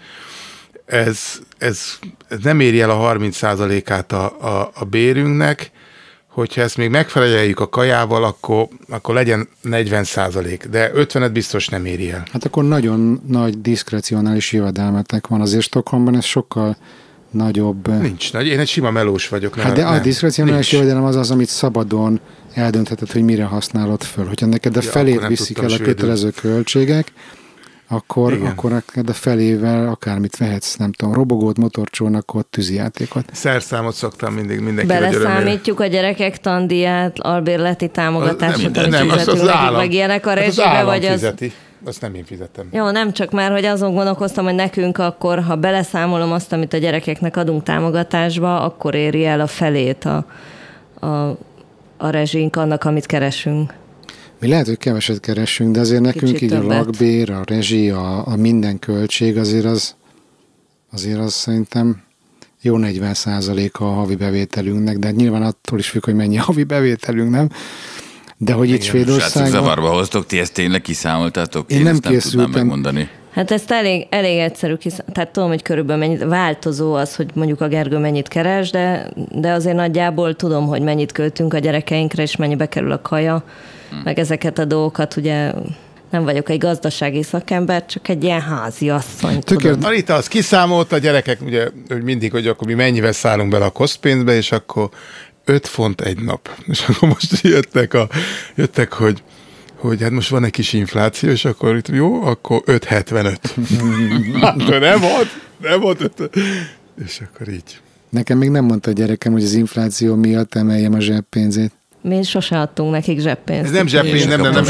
ez nem éri el a 30%-át a bérünknek. Hogyha ezt még megfeleljük a kajával, akkor legyen 40%, de 50-et biztos nem éri el. Hát akkor nagyon nagy diszkrecionális jövedelmetek van. Azért Stockholmban ez sokkal nagyobb. Nincs nagy, én egy sima melós vagyok. Hát de a diszkrecionális jövedelem az, amit szabadon eldöntheted, hogy mire használod föl. Hogyha neked a felét viszik el a kötelező költségek, akkor neked a felével akármit vehetsz, nem tudom, robogót, motorcsónakot, tűzijátékot. Szerszámot szoktam mindenki. Beleszámítjuk a gyerekek tandíját, albérleti támogatását, nem, az állam. Meg ilyenek a rezsibe, vagy az... fizeti. Azt nem én fizettem. Jó, nem csak már, hogy azon gondolkoztam, hogy nekünk akkor, ha beleszámolom azt, amit a gyerekeknek adunk támogatásba, akkor éri el a felét a rezsink annak, amit keresünk. Mi lehet, hogy keveset keresünk, de azért nekünk kicsit így többet. A lakbér, a rezsi, a minden költség azért az szerintem jó 40%-a a havi bevételünknek, de nyilván attól is függ, hogy mennyi a havi bevételünk, nem? De hogy itt Svédországban... Zavarba hoztok, ti ezt tényleg kiszámoltátok? Én nem készültem. Megmondani. Hát ezt elég egyszerű tehát tudom, hogy körülbelül mennyit, változó az, hogy mondjuk a Gergő mennyit keres, de azért nagyjából tudom, hogy mennyit költünk a gyerekeinkre, és mennyibe kerül a kaja, meg ezeket a dolgokat, ugye nem vagyok egy gazdasági szakember, csak egy ilyen házi asszony. Anita, az kiszámolta a gyerekek, ugye, hogy mindig, hogy akkor mi mennyivel szállunk bele a kosztpénzbe, és akkor 5 font egy nap. És akkor most jöttek, hogy hát most van egy kis infláció, és akkor itt jó, akkor 5,75. Hát nem volt 5. És akkor így. Nekem még nem mondta a gyerekem, hogy az infláció miatt emeljem a zseppénzét. Mi sose adtunk nekik zseppénzt. Ez nem zseppénz,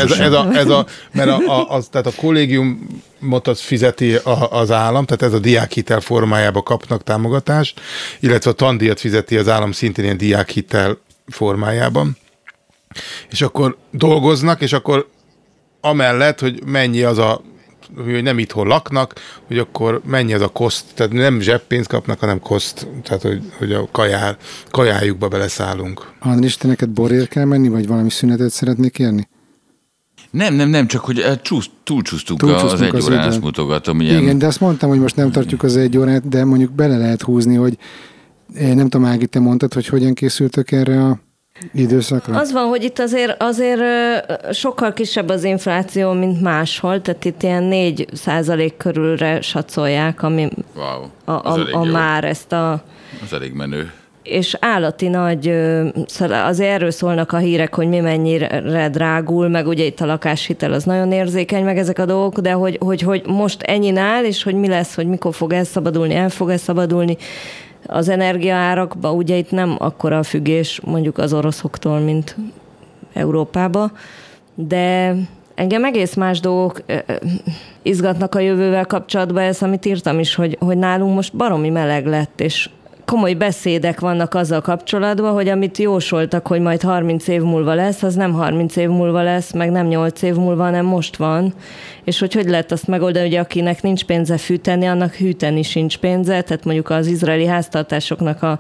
tehát a kollégiumot az fizeti az állam, tehát ez a diákhitel formájában kapnak támogatást, illetve a tandíjat fizeti az állam szintén ilyen diákhitel formájában. És akkor dolgoznak, és akkor amellett, hogy mennyi az hogy nem itthon laknak, hogy akkor mennyi az a koszt, tehát nem zseppénzt kapnak, hanem koszt, tehát hogy a kajájukba beleszállunk. Andris, te neked borért kell menni, vagy valami szünetet szeretnék kérni? Nem, csak hogy túlcsúsztuk az egy órán, azt mutogatom. Ilyen... Igen, de azt mondtam, hogy most nem tartjuk az egy órát, de mondjuk bele lehet húzni, hogy nem tudom, Ági, te mondtad, hogy hogyan készültök erre a időszakra? Az van, hogy itt azért sokkal kisebb az infláció, mint máshol, tehát itt ilyen 4% körülre satszolják, ami wow, már ezt a... Az elég menő. és állati nagy, azért erről szólnak a hírek, hogy mi mennyire drágul, meg ugye itt a lakáshitel az nagyon érzékeny, meg ezek a dolgok, de hogy most ennyin és hogy mi lesz, hogy mikor fog elszabadulni, el fog szabadulni az energiaárakba, ugye itt nem akkora a függés mondjuk az oroszoktól, mint Európába, de engem egész más dolgok izgatnak a jövővel kapcsolatban, ezt, amit írtam is, hogy nálunk most baromi meleg lett, és komoly beszédek vannak azzal kapcsolatban, hogy amit jósoltak, hogy majd 30 év múlva lesz, az nem 30 év múlva lesz, meg nem 8 év múlva, hanem most van. És hogy lehet azt megoldani, hogy akinek nincs pénze fűteni, annak hűteni sincs pénze. Tehát mondjuk az izraeli háztartásoknak a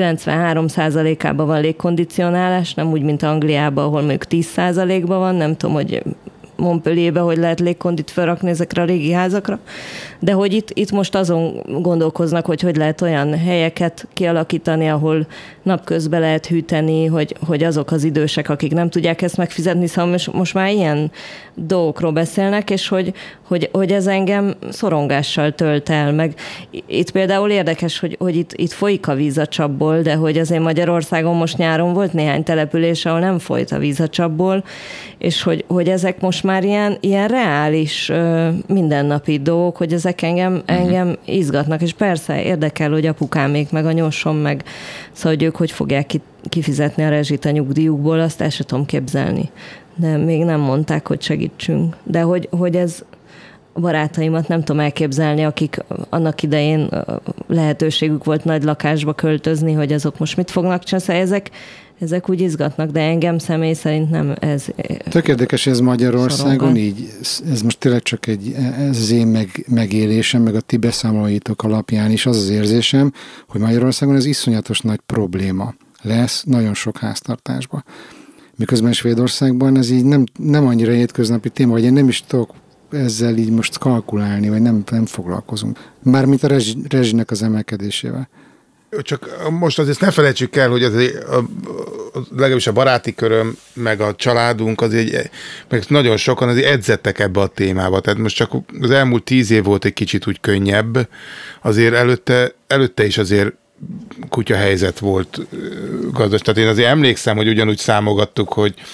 93%-ában van légkondicionálás, nem úgy, mint Angliában, ahol mondjuk 10%-ban van, nem tudom, hogy Montpellierbe, hogy lehet légkondit felrakni ezekre a régi házakra, de hogy itt most azon gondolkoznak, hogy lehet olyan helyeket kialakítani, ahol napközben lehet hűteni, hogy azok az idősek, akik nem tudják ezt megfizetni, szóval most már ilyen dolgokról beszélnek, és hogy ez engem szorongással tölt el, meg itt például érdekes, hogy itt folyik a víz a csapból, de hogy azért Magyarországon most nyáron volt néhány település, ahol nem folyt a víz a csapból, és hogy ezek most már ilyen reális mindennapi dolgok, hogy ezek engem izgatnak, és persze érdekel, hogy apukámék, meg a nyosom, meg szóval, hogy ők hogy fogják kifizetni a rezsit a nyugdíjukból, azt el sem tudom képzelni. De még nem mondták, hogy segítsünk. De hogy ez a barátaimat nem tudom elképzelni, akik annak idején lehetőségük volt nagy lakásba költözni, hogy azok most mit fognak csinálni. Ezek úgy izgatnak, de engem személy szerint nem ez. Tök érdekes, ez Magyarországon így, ez most tényleg csak ez az én megélésem, meg a ti beszámolóitok alapján is az érzésem, hogy Magyarországon ez iszonyatos nagy probléma lesz nagyon sok háztartásban. Miközben Svédországban ez így nem annyira hétköznapi téma, vagy én nem is tudok ezzel így most kalkulálni, vagy nem foglalkozunk. Mármint a rezsinek az emelkedésével. Csak most azért ne felejtsük el, hogy legalábbis a baráti köröm, meg a családunk, azért, meg nagyon sokan azért edzettek ebbe a témába. Tehát most csak az elmúlt 10 év volt egy kicsit úgy könnyebb, azért előtte is azért kutya helyzet volt gazdas. Tehát én azért emlékszem, hogy ugyanúgy számogattuk,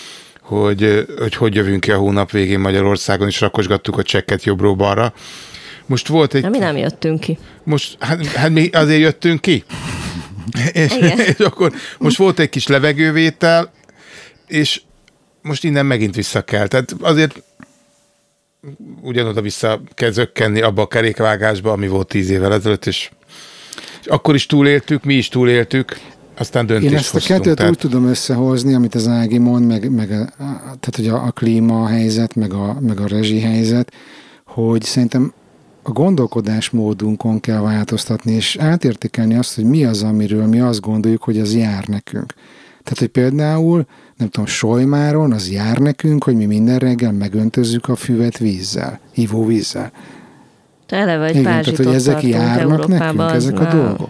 hogy jövünk ki a hónap végén Magyarországon, és rakosgattuk a csekket jobbról-balra. Most volt egy... Mi nem jöttünk ki. Most, hát mi azért jöttünk ki. És akkor most volt egy kis levegővétel, és most innen megint vissza kell. Tehát azért ugyanoda vissza kell zökkenni abba a kerékvágásba, ami volt 10 évvel ezelőtt, és akkor is túléltük, mi is túléltük, aztán döntést hoztunk. Én ezt a kettőt úgy tudom összehozni, amit az Ági mond, tehát hogy a klímahelyzet, meg a rezsihelyzet, hogy szerintem a gondolkodásmódunkon kell változtatni, és átértékelni azt, hogy mi az, amiről mi azt gondoljuk, hogy az jár nekünk. Tehát, hogy például, nem tudom, Solymáron az jár nekünk, hogy mi minden reggel megöntözzük a füvet vízzel, ivóvízzel. Eleve egy igen, tehát, hogy ezek járnak nekünk, ezek a dolgok.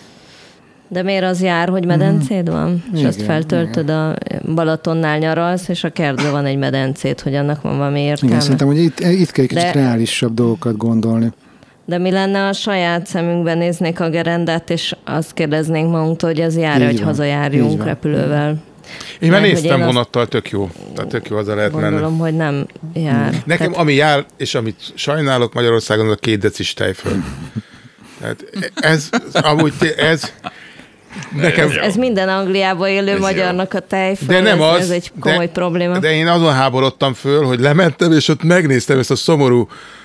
De miért az jár, hogy medencéd van? És azt feltöltöd, a Balatonnál nyaralsz, és a kertben van egy medencét, hogy annak van valami értelme. Igen, szerintem, hogy itt kell kicsit reálisabb dolgokat gondolni. De mi lenne, a saját szemünkben néznék a gerendát, és azt kérdeznénk magunktól, hogy ez jár, hogy hazajárjunk repülővel. Én már néztem vonattal, tök jó. Tehát tök jó, haza lehet menni. Gondolom, hogy nem jár. Nekem ami jár, és amit sajnálok Magyarországon, az a 2 decis tejföld. Tehát ez nekem... Ez minden Angliában élő ez magyarnak a tejföld, de nem az, ez egy komoly probléma. De én azon háborodtam föl, hogy lementem, és ott megnéztem ezt a szomorú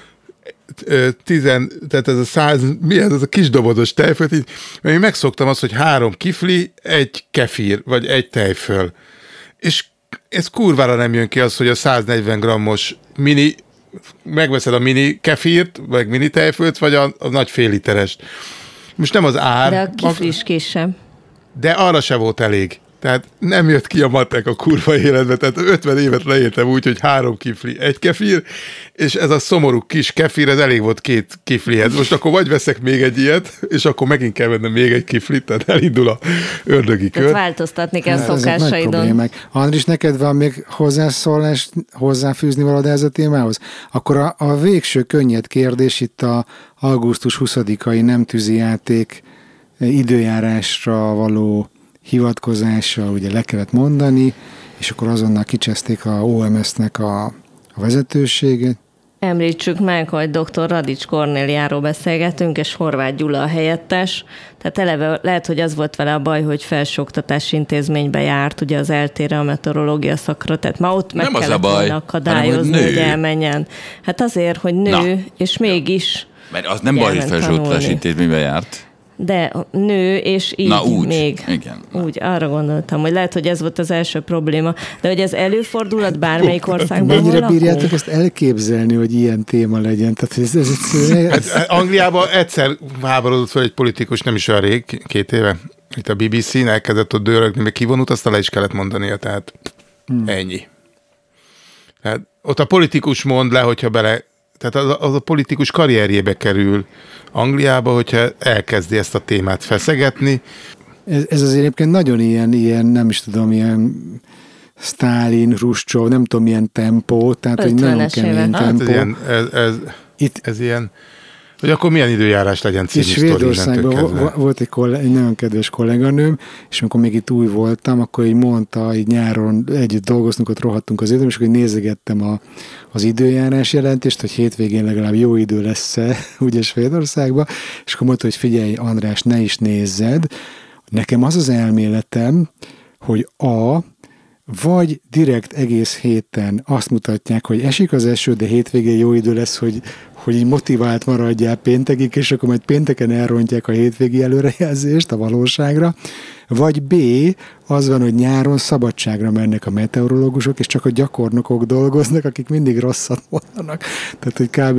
tehát ez a 100, mi ez a kis dobozos tejföld, így, mert én megszoktam azt, hogy 3 kifli, 1 kefír, vagy 1 tejföl. És ez kurvára nem jön ki az, hogy a 140 grammos mini, megveszed a mini kefírt, vagy mini tejfölt, vagy a nagy fél literest. Most nem az ár. De a kifli is kisebb. De arra se volt elég. Tehát nem jött ki a matek a kurva életbe, tehát 50 évet leéltem úgy, hogy 3 kifli, 1 kefír, és ez a szomorú kis kefír, ez elég volt 2 kiflihez. Most akkor vagy veszek még egy ilyet, és akkor megint kell vennem még egy kiflit, tehát elindul a ördögi kör. Tehát változtatni kell szokásaidon. Andris, neked van még hozzászólás, hozzáfűzni valad ez a témához? Akkor a végső könnyed kérdés itt a augusztus 20-ai nem tűzi játék időjárásra való hivatkozással ugye le kellett mondani, és akkor azonnal kicseszték a OMS-nek a vezetőségét. Említsük meg, hogy dr. Radics Kornéliáról beszélgetünk, és Horváth Gyula a helyettes. Tehát eleve lehet, hogy az volt vele a baj, hogy felsőoktatási intézménybe járt, ugye az eltére a meteorológia szakra, tehát ma ott meg kellett volna akadályozni, hogy elmenjen. Hát azért, hogy nő, és mégis... Mert az nem baj, hogy felsőoktatási intézménybe járt. De nő, és így úgy. még. Igen. Úgy, arra gondoltam, hogy lehet, hogy ez volt az első probléma. De hogy ez előfordulhat bármelyik országban, mennyire bírjátok ezt elképzelni, hogy ilyen téma legyen? Tehát hát Angliában egyszer háborodott fel egy politikus, nem is olyan rég, 2 éve, itt a BBC-n elkezdett ott dőrögni, még kivonult, aztán le is kellett mondania, tehát ennyi. Tehát ott a politikus mond le, hogyha bele... Tehát az a politikus karrierjébe kerül Angliába, hogyha elkezdi ezt a témát feszegetni. Ez azért egyébként nagyon ilyen, nem is tudom, ilyen Sztálin, Hruscsov, nem tudom, milyen tempó, tehát hogy nagyon kemény tempó. Ez ilyen, hogy akkor milyen időjárás legyen című sztori. Svédországban volt egy nagyon kedves kolléganőm, és amikor még itt új voltam, akkor így mondta, így nyáron együtt dolgoztunk, ott rohadtunk az időben, és akkor nézegettem az időjárás jelentést, hogy hétvégén legalább jó idő lesz-e, ugye Svédországban, és akkor mondta, hogy figyelj, András, ne is nézzed. Nekem az az elméletem, hogy vagy direkt egész héten azt mutatják, hogy esik az eső, de hétvégén jó idő lesz, hogy így motivált maradjál péntekig, és akkor majd pénteken elrontják a hétvégi előrejelzést a valóságra, vagy B, az van, hogy nyáron szabadságra mennek a meteorológusok, és csak a gyakornokok dolgoznak, akik mindig rosszat mondanak. Tehát, hogy kb.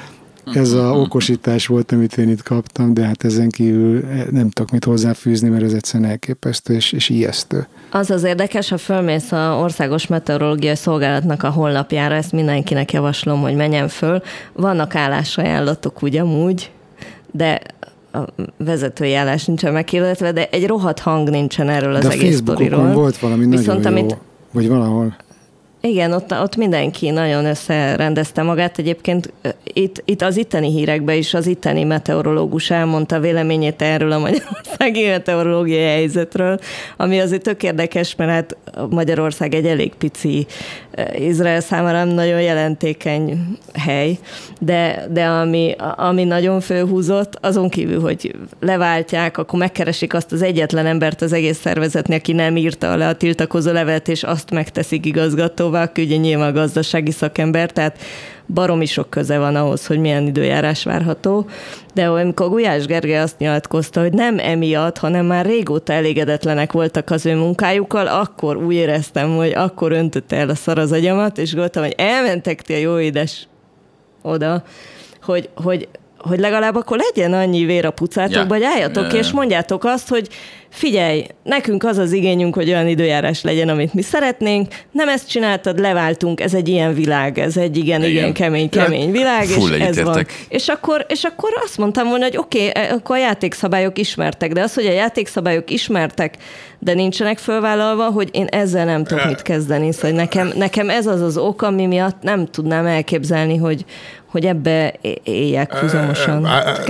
Ez a okosítás volt, amit én itt kaptam, de hát ezen kívül nem tudok mit hozzáfűzni, mert ez egyszerűen elképesztő és ijesztő. Az érdekes, ha fölmész az Országos Meteorológiai Szolgálatnak a honlapjára, ezt mindenkinek javaslom, hogy menjen föl. Vannak állásajánlatok ugyanúgy, de a vezetői állás nincsen meghirdetve, de egy rohadt hang nincsen erről az egész sztoriról. De a Facebookon volt valami nagyon jó, vagy valahol. Igen, ott mindenki nagyon összerendezte magát. Egyébként itt az itteni hírekben is az itteni meteorológus elmondta véleményét erről a magyarországi meteorológiai helyzetről, ami azért tök érdekes, mert hát Magyarország egy elég pici, Izrael számára nagyon jelentékeny hely, de ami nagyon fölhúzott, azon kívül, hogy leváltják, akkor megkeresik azt az egyetlen embert az egész szervezetnél, aki nem írta le a tiltakozó levelet, és azt megteszik igazgatóvá, aki ugye nyilván gazdasági szakember, tehát baromi sok köze van ahhoz, hogy milyen időjárás várható. De amikor Gulyás Gergely azt nyilatkozta, hogy nem emiatt, hanem már régóta elégedetlenek voltak az ő munkájukkal, akkor úgy éreztem, hogy akkor öntötte el a szar az agyamat, és gondoltam, hogy elmentek ti a jó édes oda, hogy legalább akkor legyen annyi vér a pucátokba, hogy álljatok ki, és mondjátok azt, hogy figyelj, nekünk az az igényünk, hogy olyan időjárás legyen, amit mi szeretnénk, nem ezt csináltad, leváltunk, ez egy ilyen világ, ez egy igen kemény világ, és ez van. És akkor azt mondtam volna, hogy oké, akkor a játékszabályok ismertek, de az, hogy a játékszabályok ismertek, de nincsenek fölvállalva, hogy én ezzel nem tudok mit kezdeni. Szóval nekem ez az ok, ami miatt nem tudnám elképzelni, hogy ebbe éljek húzamosan.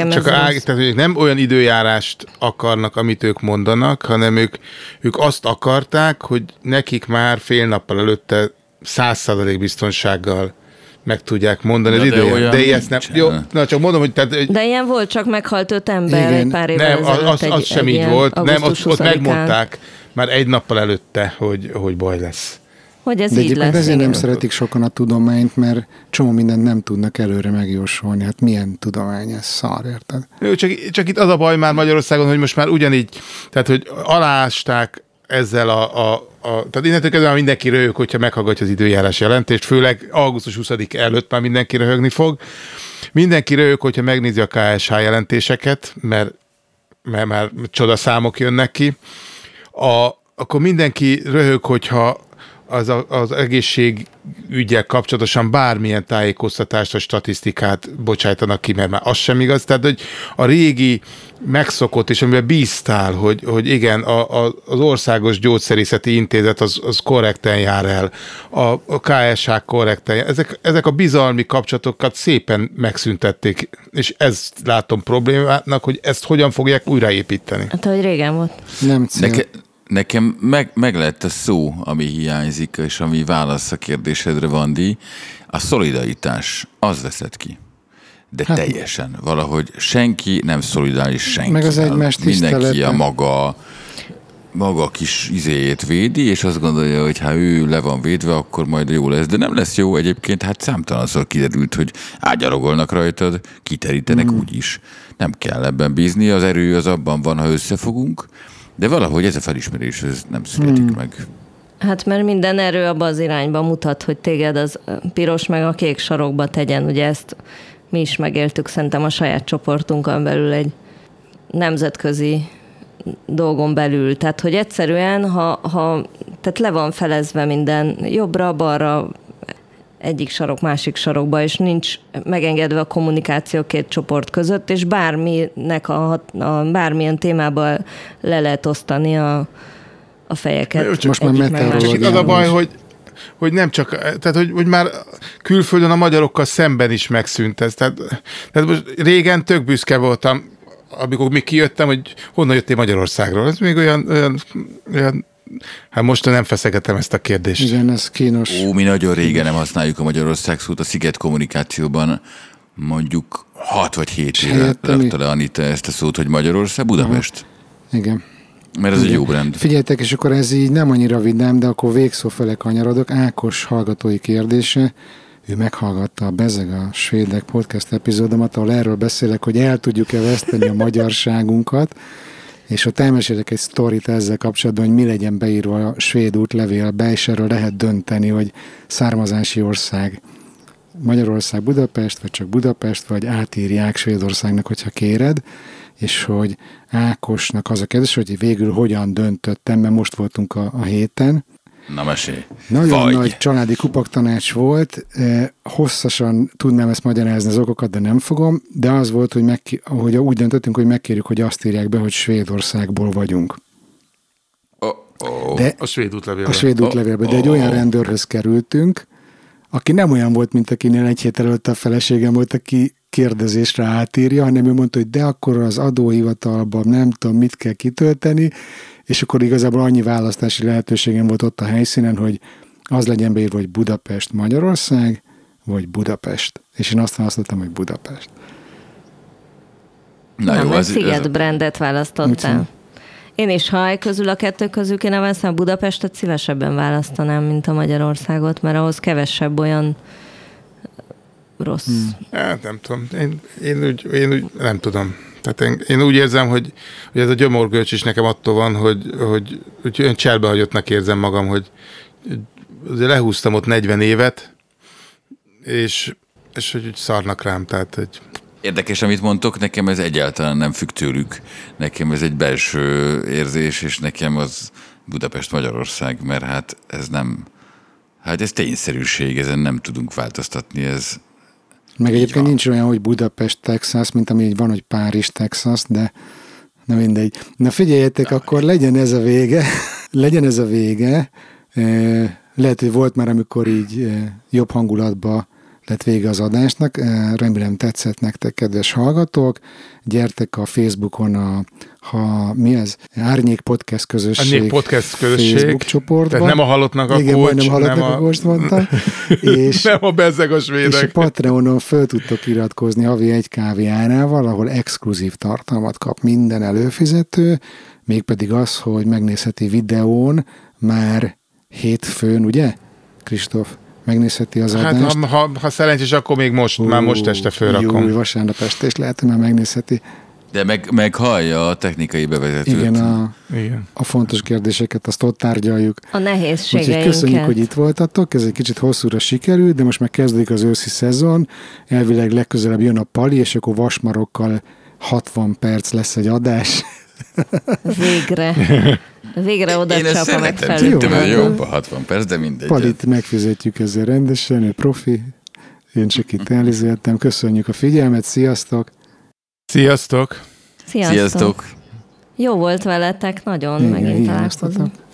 Tehát nem olyan időjárást akarnak, amit ők mondanak, hanem ők azt akarták, hogy nekik már fél nappal előtte 100% biztonsággal meg tudják mondani az időjárás. De ezt nem. Jó, csak mondom, hogy... De ilyen volt, csak meghalt 5 ember egy pár évvel ezelőtt. Nem, az sem így volt. Nem, ott megmondták már egy nappal előtte, hogy baj lesz. Hogy ez de így lesz. Ezért nem szeretik sokan a tudományt, mert csomó mindent nem tudnak előre megjósolni. Hát milyen tudomány ez, szar, érted? Jó, csak itt az a baj már Magyarországon, hogy most már ugyanígy, tehát hogy alásták ezzel tehát innentől kezdve mindenki röhög, hogyha meghallgatja az időjárás jelentést, főleg augusztus 20 előtt már mindenki röhögni fog. Mindenki röhög, hogyha megnézi a KSH jelentéseket, mert már csodaszámok jönnek ki. Akkor mindenki röhög, hogyha az egészségügyel kapcsolatosan bármilyen tájékoztatást vagy statisztikát bocsájtanak ki, mert már az sem igaz. Tehát, hogy a régi megszokott, és amiben bíztál, hogy igen, az Országos Gyógyszerészeti Intézet az korrekten jár el, a KSH korrekten jár. Ezek a bizalmi kapcsolatokat szépen megszüntették, és ezt látom problémának, hogy ezt hogyan fogják újraépíteni. Hát, ahogy régen volt. Nem cél. Nekem meg lett a szó, ami hiányzik, és ami válasz a kérdésedre, Vandi. A szolidaritás, az veszett ki. De hát, teljesen. Valahogy senki nem szolidáris senkivel. Meg az egymást Mindenki a maga kis izéjét védi, és azt gondolja, hogy ha ő le van védve, akkor majd jó lesz. De nem lesz jó egyébként, hát számtalanszor kiderült, hogy ágyarogolnak rajtad, kiterítenek úgyis. Nem kell ebben bízni, az erő az abban van, ha összefogunk, de valahogy ez a felismerés ez nem születik meg. Hát mert minden erő abba az irányba mutat, hogy téged az piros meg a kék sarokba tegyen. Ugye ezt mi is megéltük szerintem a saját csoportunkon belül egy nemzetközi dolgon belül. Tehát, hogy egyszerűen, tehát le van felezve minden jobbra, balra, egyik sarok, másik sarokba, és nincs megengedve a kommunikáció két csoport között, és bármilyen témában le lehet osztani a fejeket. Most már meteorológia. Az a baj, hogy nem csak, tehát hogy már külföldön a magyarokkal szemben is megszűnt ez. Tehát most régen tök büszke voltam, amikor még kijöttem, hogy honnan jöttél Magyarországról. Ez még olyan hát most nem feszegetem ezt a kérdést. Igen, ez kínos. Mi nagyon régen nem használjuk a Magyarország szót, a Sziget kommunikációban mondjuk 6 vagy 7 éve rakta le Anita ezt a szót, hogy Magyarország, Budapest. Aha. Igen. Mert ez egy jó brand. Figyeljetek, és akkor ez így nem annyira vidám, de akkor végszó fele kanyarodok. Ákos hallgatói kérdése. Ő meghallgatta a Bezeg a Svédek podcast epizódomat, ahol erről beszélek, hogy el tudjuk-e veszteni a magyarságunkat, és ott elmesélek egy sztorit ezzel kapcsolatban, hogy mi legyen beírva a svéd útlevélbe, és erről lehet dönteni, hogy származási ország Magyarország, Budapest, vagy csak Budapest, vagy átírják Svédországnak, hogyha kéred, és hogy Ákosnak az a kérdés, hogy végül hogyan döntöttem, mert most voltunk a héten. Na mesélj. Nagyon nagy családi kupaktanács volt, hosszasan tudnám ezt magyarázni az okokat, de nem fogom, de az volt, hogy úgy döntöttünk, hogy megkérjük, hogy azt írják be, hogy Svédországból vagyunk. De a svéd útlevélbe. A svéd útlevélbe, de egy olyan rendőrhöz kerültünk, aki nem olyan volt, mint akinél egy hét előtt a feleségem volt, aki kérdezésre átírja, hanem ő mondta, hogy de akkor az adóhivatalban nem tudom, mit kell kitölteni, és akkor igazából annyi választási lehetőségem volt ott a helyszínen, hogy az legyen beírva, hogy Budapest, Magyarország, vagy Budapest. És én azt választottam, hogy Budapest. Nem, egy Sziget brandet választottál. Én is, ha közül a kettő közül kéne választani, a Budapestet szívesebben választanám, mint a Magyarországot, mert ahhoz kevesebb olyan rossz. Hát nem tudom. Én úgy nem tudom. Tehát én úgy érzem, hogy ez a gyomorgörcs is nekem attól van, hogy olyan cselbehagyottnak érzem magam, hogy azért lehúztam ott 40 évet, és hogy úgy szarnak rám, tehát hogy... Érdekes, amit mondtok, nekem ez egyáltalán nem függ tőlük. Nekem ez egy belső érzés, és nekem az Budapest-Magyarország, mert hát ez nem... Hát ez tényszerűség, ezen nem tudunk változtatni, ez... Meg egyébként nincs olyan, hogy Budapest, Texas, mint ami van, hogy Párizs, Texas, de na mindegy. Na figyeljetek, akkor legyen ez a vége. Legyen ez a vége. Lehet, hogy volt már, amikor így jobb hangulatba lett vége az adásnak. Remélem tetszett nektek, kedves hallgatók. Gyertek a Facebookon mi ez? Árnyék Podcast Közösség. Árnyék Podcast Közösség. Facebook csoportban. Tehát nem a halottnak a igen, kócs. Igen, majdnem halottnak a kócst mondtam. És, nem a Bezeg a svédek. És a Patreonon föl tudtok iratkozni havi 1 kávé árával, ahol exkluzív tartalmat kap minden előfizető, mégpedig az, hogy megnézheti videón már hétfőn, ugye, Kristóf? Megnézheti az adást. Hát ha szerencsés, akkor még már most este fölrakom. Jó, vasárnap este is lehet, hogy már megnézheti. De meg hallja a technikai bevezetőt. Igen, a fontos kérdéseket, azt ott tárgyaljuk. A nehézségeinket. Úgyhogy köszönjük, hogy itt voltatok, ez egy kicsit hosszúra sikerült, de most már kezdődik az őszi szezon, elvileg legközelebb jön a Pali, és akkor vasmarokkal 60 perc lesz egy adás. Végre. Végre oda Én ezt csap a szeretem, megfelelő. szerintem jobb a 60 perc, de mindegy. Palit megfizetjük ezzel rendesen, ő profi. Én csak itt elizéltem. Köszönjük a figyelmet, sziasztok! Sziasztok! Sziasztok! Jó volt veletek, nagyon Igen, megint hiányoztatok. találkozunk.